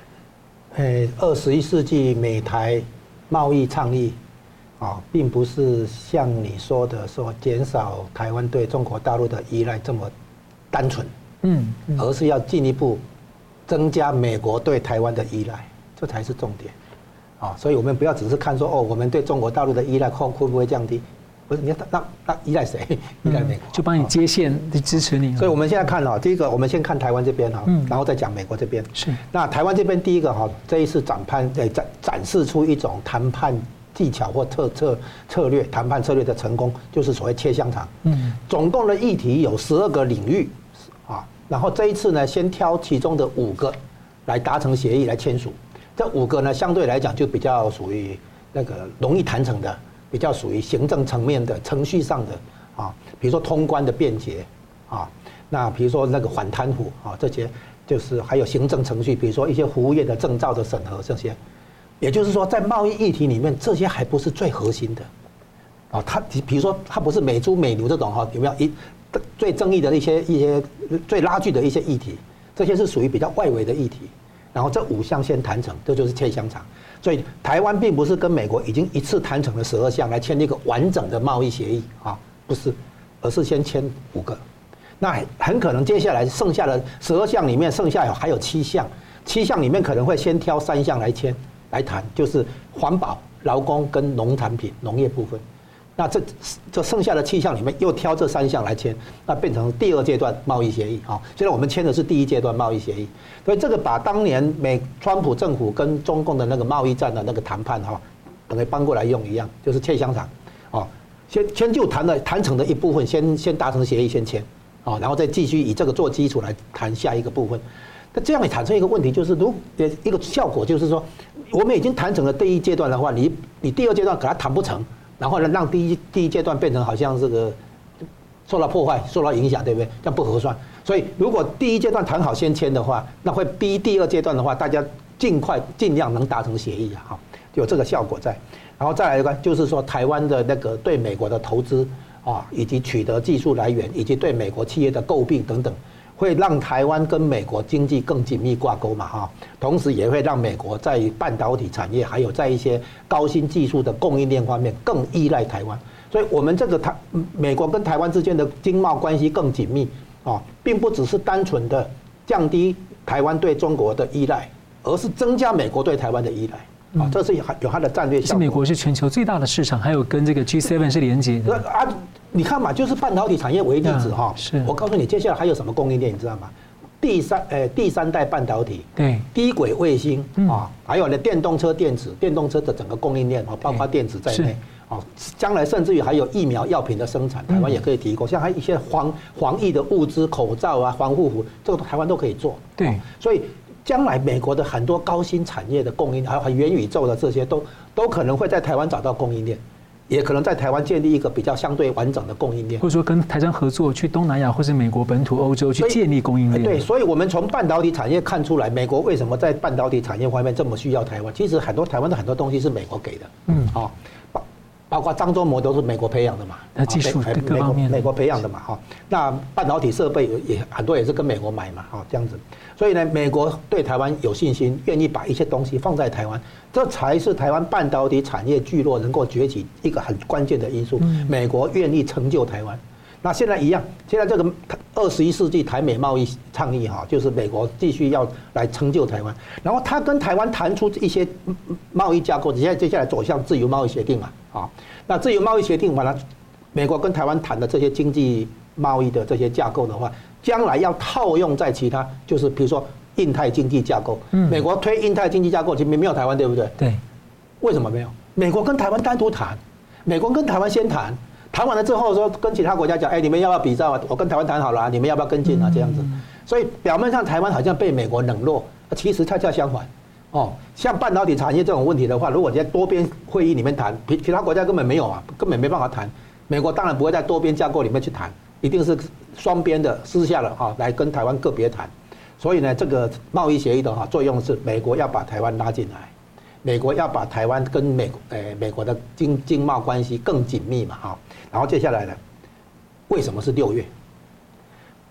Speaker 2: 21世纪美台贸易倡议，并不是像你说的减少台湾对中国大陆的依赖这么单纯，而是要进一步增加美国对台湾的依赖，这才是重点，所以我们不要只是看说我们对中国大陆的依赖会不会降低，不是你要那依赖谁？依赖美国，
Speaker 3: 就帮你接线支持你。
Speaker 2: 所以我们现在看第一个，我们先看台湾这边然后再讲美国这边。
Speaker 3: 是。
Speaker 2: 那台湾这边第一个这一次展示出一种谈判技巧或策略，谈判策略的成功，就是所谓切香肠。总共的议题有12个领域然后这一次呢，先挑其中的5个来达成协议来签署。这5个呢，相对来讲就比较属于那个容易谈成的。比较属于行政层面的程序上的比如说通关的便捷那比如说那个反贪腐这些就是还有行政程序，比如说一些服务业的证照的审核这些，也就是说在贸易议题里面，这些还不是最核心的它比如说它不是美猪美牛这种有没有最争议的一些最拉锯的一些议题，这些是属于比较外围的议题，然后这5项先谈成，这就是切香肠。所以台湾并不是跟美国已经一次谈成了12项来签一个完整的贸易协议不是，而是先签5个。那很可能接下来剩下的12项里面，剩下还有7项，7项里面可能会先挑3项来谈，就是环保、劳工跟农产品、农业部分。那这剩下的7项里面又挑这3项来签，那变成第2阶段贸易协议现在我们签的是第1阶段贸易协议，所以这个把当年川普政府跟中共的那个贸易战的那个谈判等于搬过来用一样，就是切香肠先就谈成的一部分先达成协议先签然后再继续以这个做基础来谈下一个部分。那这样也产生一个问题，就是一个效果就是说，我们已经谈成了第1阶段的话，你第2阶段可能谈不成。然后呢，让第一阶段变成好像这个受到破坏、受到影响，对不对？这样不合算。所以如果第1阶段谈好先签的话，那会逼第2阶段的话，大家尽量能达成协议有这个效果在。然后再来一个就是说，台湾的那个对美国的投资以及取得技术来源，以及对美国企业的诟病等等，会让台湾跟美国经济更紧密挂钩嘛同时也会让美国在半导体产业还有在一些高新技术的供应链方面更依赖台湾，所以我们这个美国跟台湾之间的经贸关系更紧密并不只是单纯的降低台湾对中国的依赖，而是增加美国对台湾的依赖。这是有它的战略效果。
Speaker 3: 美国是全球最大的市场，还有跟这个 G7 是连接的
Speaker 2: 你看嘛，就是半导体产业为例子
Speaker 3: 是
Speaker 2: 我告诉你，接下来还有什么供应链，你知道吗？第三代半导体，
Speaker 3: 对，
Speaker 2: 低轨卫星还有呢电动车电子，电动车的整个供应链包括电子在内将来甚至于还有疫苗药品的生产，台湾也可以提供，像还有一些防疫的物资、口罩防护服，这个台湾都可以做。
Speaker 3: 对，
Speaker 2: 所以将来美国的很多高新产业的供应，还有元宇宙的这些，都可能会在台湾找到供应链，也可能在台湾建立一个比较相对完整的供应链，
Speaker 3: 或者说跟台商合作去东南亚或是美国本土、欧洲去建立供应链。
Speaker 2: 对，所以我们从半导体产业看出来，美国为什么在半导体产业方面这么需要台湾？其实台湾的很多东西是美国给的，包括张忠谋都是美国培养的嘛，
Speaker 3: 技术各方面
Speaker 2: 美国培养的嘛，那半导体设备也很多也是跟美国买嘛，这样子，所以呢，美国对台湾有信心，愿意把一些东西放在台湾，这才是台湾半导体产业聚落能够崛起一个很关键的因素。美国愿意成就台湾。那现在一样，现在这个21世纪台美贸易倡议就是美国继续要来成就台湾，然后他跟台湾谈出一些贸易架构，接下来走向自由贸易协定嘛，那自由贸易协定完了，美国跟台湾谈的这些经济贸易的这些架构的话，将来要套用在其他，就是比如说印太经济架构，美国推印太经济架构，其实没有台湾，对不对？
Speaker 3: 对，
Speaker 2: 为什么没有？美国跟台湾单独谈，美国跟台湾先谈。谈完了之后说跟其他国家讲，你们要不要比照啊？我跟台湾谈好了你们要不要跟进啊？这样子，所以表面上台湾好像被美国冷落，其实恰恰相反。像半导体产业这种问题的话，如果你在多边会议里面谈，其他国家根本没有啊，根本没办法谈。美国当然不会在多边架构里面去谈，一定是双边的私下的来跟台湾个别谈。所以呢，这个贸易协议的作用是美国要把台湾拉进来。美国要把台湾跟美国的经贸关系更紧密嘛，然后接下来呢，为什么是6月？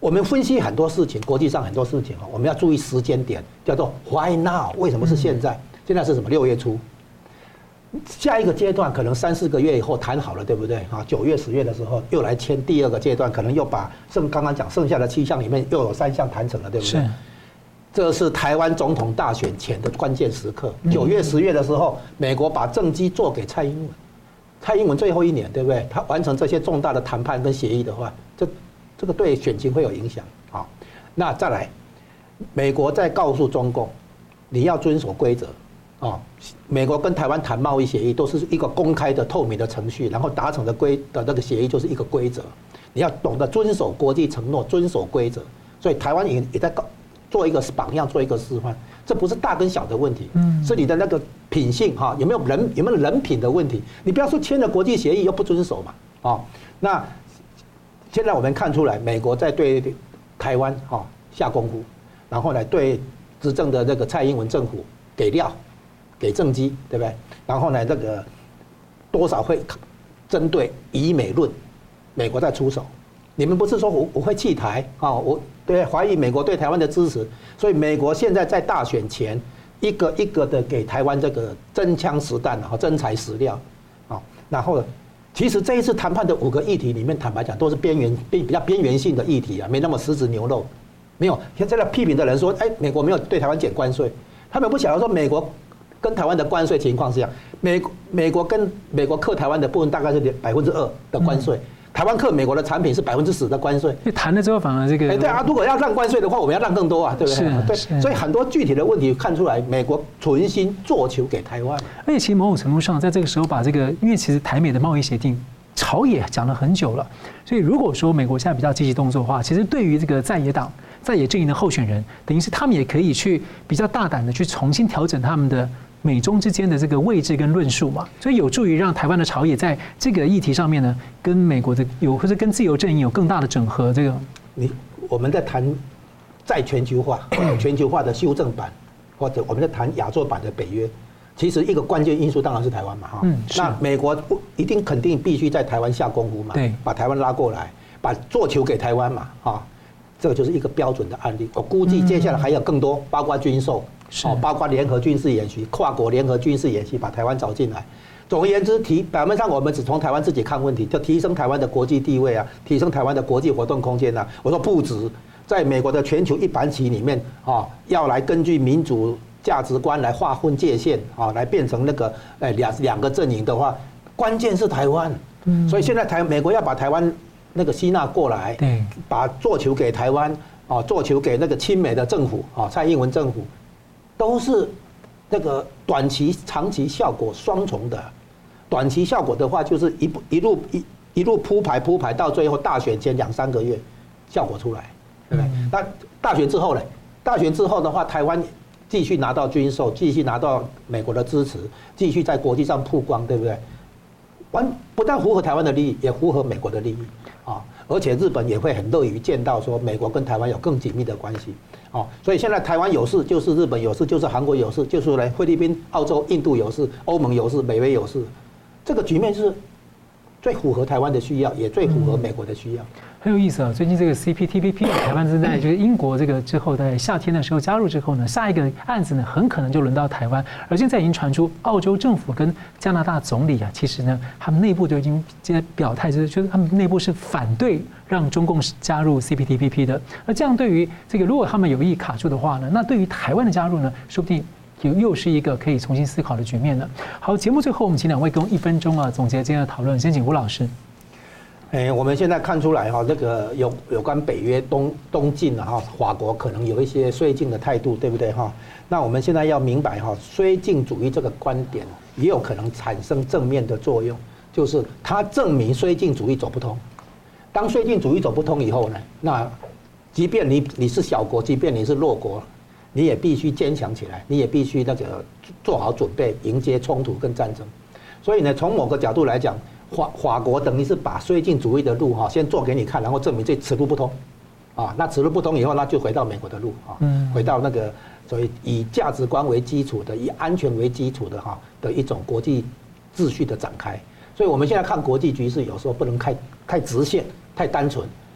Speaker 2: 我们分析很多事情，国际上很多事情我们要注意时间点，叫做 Why now？ 为什么是现在？现在是什么？6月初。下一个阶段可能3、4个月以后谈好了，对不对？啊，9月、10月的时候又来签第2个阶段，可能又把刚刚讲剩下的7项里面又有3项谈成了，对不对？这是台湾总统大选前的关键时刻。9月、10月的时候，美国把政绩做给蔡英文，蔡英文最后1年，对不对？他完成这些重大的谈判跟协议的话，这个对选情会有影响。好，那再来，美国在告诉中共，你要遵守规则。美国跟台湾谈贸易协议都是一个公开的、透明的程序，然后达成的那个协议就是一个规则，你要懂得遵守国际承诺，遵守规则。所以台湾也在做一个榜样，做一个示范。这不是大跟小的问题，是你的那个品性有没有人品的问题。你不要说签了国际协议又不遵守嘛。那现在我们看出来，美国在对台湾下功夫，然后呢对执政的这个蔡英文政府给料。给政绩，对不对？然后呢，这个多少会针对以美论，美国在出手。你们不是说我会弃台我对怀疑美国对台湾的支持，所以美国现在在大选前一个一个的给台湾这个真枪实弹真材实料然后其实这一次谈判的5个议题里面，坦白讲都是比较边缘性的议题没那么实质牛肉。没有现在批评的人说，美国没有对台湾减关税，他们不晓得说美国。跟台湾的关税情况是这样，美国跟美国克台湾的部分大概是2%的关税，台湾克美国的产品是10%的关税。
Speaker 3: 谈了之后反而这个，
Speaker 2: 对啊，如果要让关税的话，我们要让更多对不对？对，所以很多具体的问题看出来，美国存心做球给台湾。
Speaker 3: 而且其实某种程度上，在这个时候把这个，因为其实台美的贸易协定。朝野讲了很久了，所以如果说美国现在比较积极动作的话，其实对于这个在野党、在野阵营的候选人，等于是他们也可以去比较大胆的去重新调整他们的美中之间的这个位置跟论述嘛，所以有助于让台湾的朝野在这个议题上面呢，跟美国的或者跟自由阵营有更大的整合。这个
Speaker 2: 我们在谈再全球化、全球化的修正版，或者我们在谈亚洲版的北约。其实一个关键因素当然是台湾嘛那美国一定肯定必须在台湾下功夫嘛，把台湾拉过来，把做球给台湾嘛这个就是一个标准的案例。我估计接下来还有更多，包括军售包括联合军事演习、跨国联合军事演习，把台湾找进来。总而言之，表面上我们只从台湾自己看问题，就提升台湾的国际地位提升台湾的国际活动空间我说不止，在美国的全球一盘棋里面要来根据民主。价值观来划分界限来变成那个两个阵营的话，关键是台湾。所以现在美国要把台湾那个吸纳过来，把做球给台湾做球给那个亲美的政府蔡英文政府，都是那个短期、长期效果双重的。短期效果的话，就是一路铺排到最后大选前2、3个月效果出来，对不对？那大选之后呢？大选之后的话，台湾。继续拿到军售，继续拿到美国的支持，继续在国际上曝光，对不对？不但符合台湾的利益，也符合美国的利益而且日本也会很乐于见到说美国跟台湾有更紧密的关系所以现在台湾有事就是日本有事，就是韩国有事，就是菲律宾、澳洲、印度有事，欧盟有事，美菲有事，这个局面是最符合台湾的需要，也最符合美国的需要。
Speaker 3: 很有意思最近这个 CPTPP 台湾正在就是英国这个之后，在夏天的时候加入之后呢，下一个案子呢很可能就轮到台湾。而现在已经传出澳洲政府跟加拿大总理其实呢他们内部就已经表态，就是他们内部是反对让中共加入 CPTPP 的。那这样对于这个如果他们有意卡住的话呢，那对于台湾的加入呢，说不定又是一个可以重新思考的局面呢。好，节目最后我们请2位跟我1分钟总结今天的讨论。先请吴老师。
Speaker 2: 我们现在看出来这个有关北约东进法国可能有一些绥靖的态度，对不对那我们现在要明白绥靖主义这个观点也有可能产生正面的作用，就是它证明绥靖主义走不通。当绥靖主义走不通以后呢，那即便你是小国，即便你是弱国，你也必须坚强起来，你也必须那个做好准备迎接冲突跟战争。所以呢，从某个角度来讲，法国等于是把绥靖主义的路先做给你看，然后证明这此路不通那此路不通以后，那就回到美国的路回到那个所谓以价值观为基础的、以安全为基础的一种国际秩序的展开。所以我们现在看国际局势，有时候不能太直线、太单纯，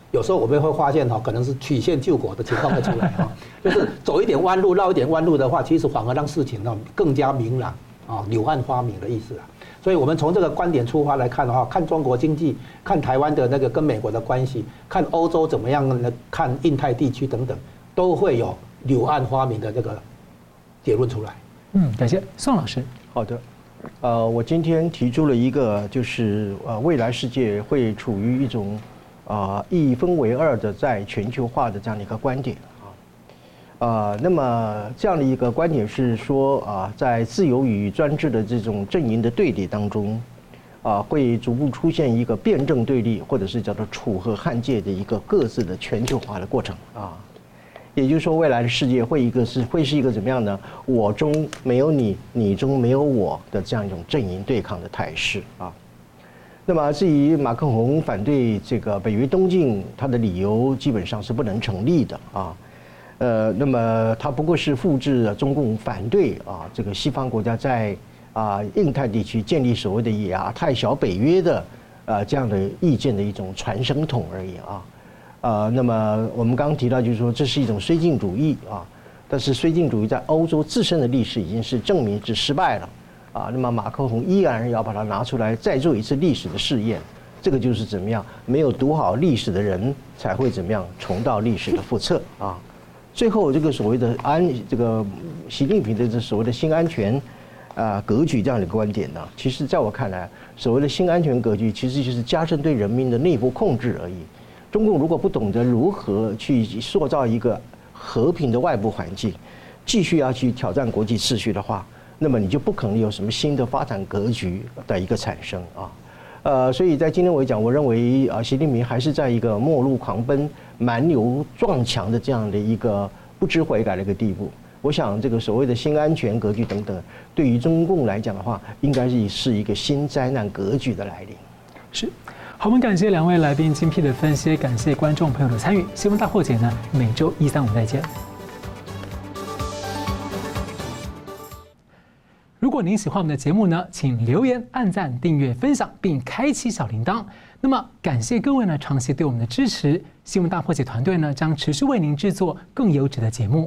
Speaker 2: 有时候我们会发现可能是曲线救国的情况会出来就是走一点弯路、绕一点弯路的话，其实反而让事情更加明朗柳暗花明的意思啊。所以我们从这个观点出发来看的话，看中国经济，看台湾的那个跟美国的关系，看欧洲怎么样呢？看印太地区等等，都会有柳暗花明的这个结论出来。
Speaker 3: 感谢宋老师。
Speaker 1: 好的，我今天提出了一个，就是未来世界会处于一种一分为二的在全球化的这样的一个观点那么这样的一个观点是说在自由与专制的这种阵营的对立当中会逐步出现一个辩证对立，或者是叫做楚河汉界的一个各自的全球化的过程也就是说，未来的世界会是一个怎么样呢？我中没有你，你中没有我的这样一种阵营对抗的态势那么至于马克宏反对这个北约东进，他的理由基本上是不能成立的那么他不过是复制中共反对这个西方国家在印太地区建立所谓的亚太小北约的这样的意见的一种传声筒而已那么我们刚刚提到，就是说这是一种绥靖主义但是绥靖主义在欧洲自身的历史已经是证明是失败了那么马克宏依然要把它拿出来再做一次历史的试验，这个就是怎么样，没有读好历史的人才会怎么样重蹈历史的覆辙最后这个所谓的这个习近平的这所谓的新安全格局这样的观点呢，其实在我看来，所谓的新安全格局其实就是加深对人民的内部控制而已。中共如果不懂得如何去塑造一个和平的外部环境，继续要去挑战国际秩序的话，那么你就不可能有什么新的发展格局的一个产生所以在今天我讲，我认为习近平还是在一个末路狂奔、蛮牛撞墙的这样的一个不知悔改的一个地步。我想这个所谓的新安全格局等等，对于中共来讲的话，应该是一个新灾难格局的来临。
Speaker 3: 是，好，我们感谢两位来宾精辟的分析，感谢观众朋友的参与。新闻大破解呢，每周1、3、5再见。如果您喜欢我们的节目呢，请留言、按赞、订阅、分享，并开启小铃铛。那么，感谢各位呢长期对我们的支持。新闻大破解团队呢将持续为您制作更优质的节目。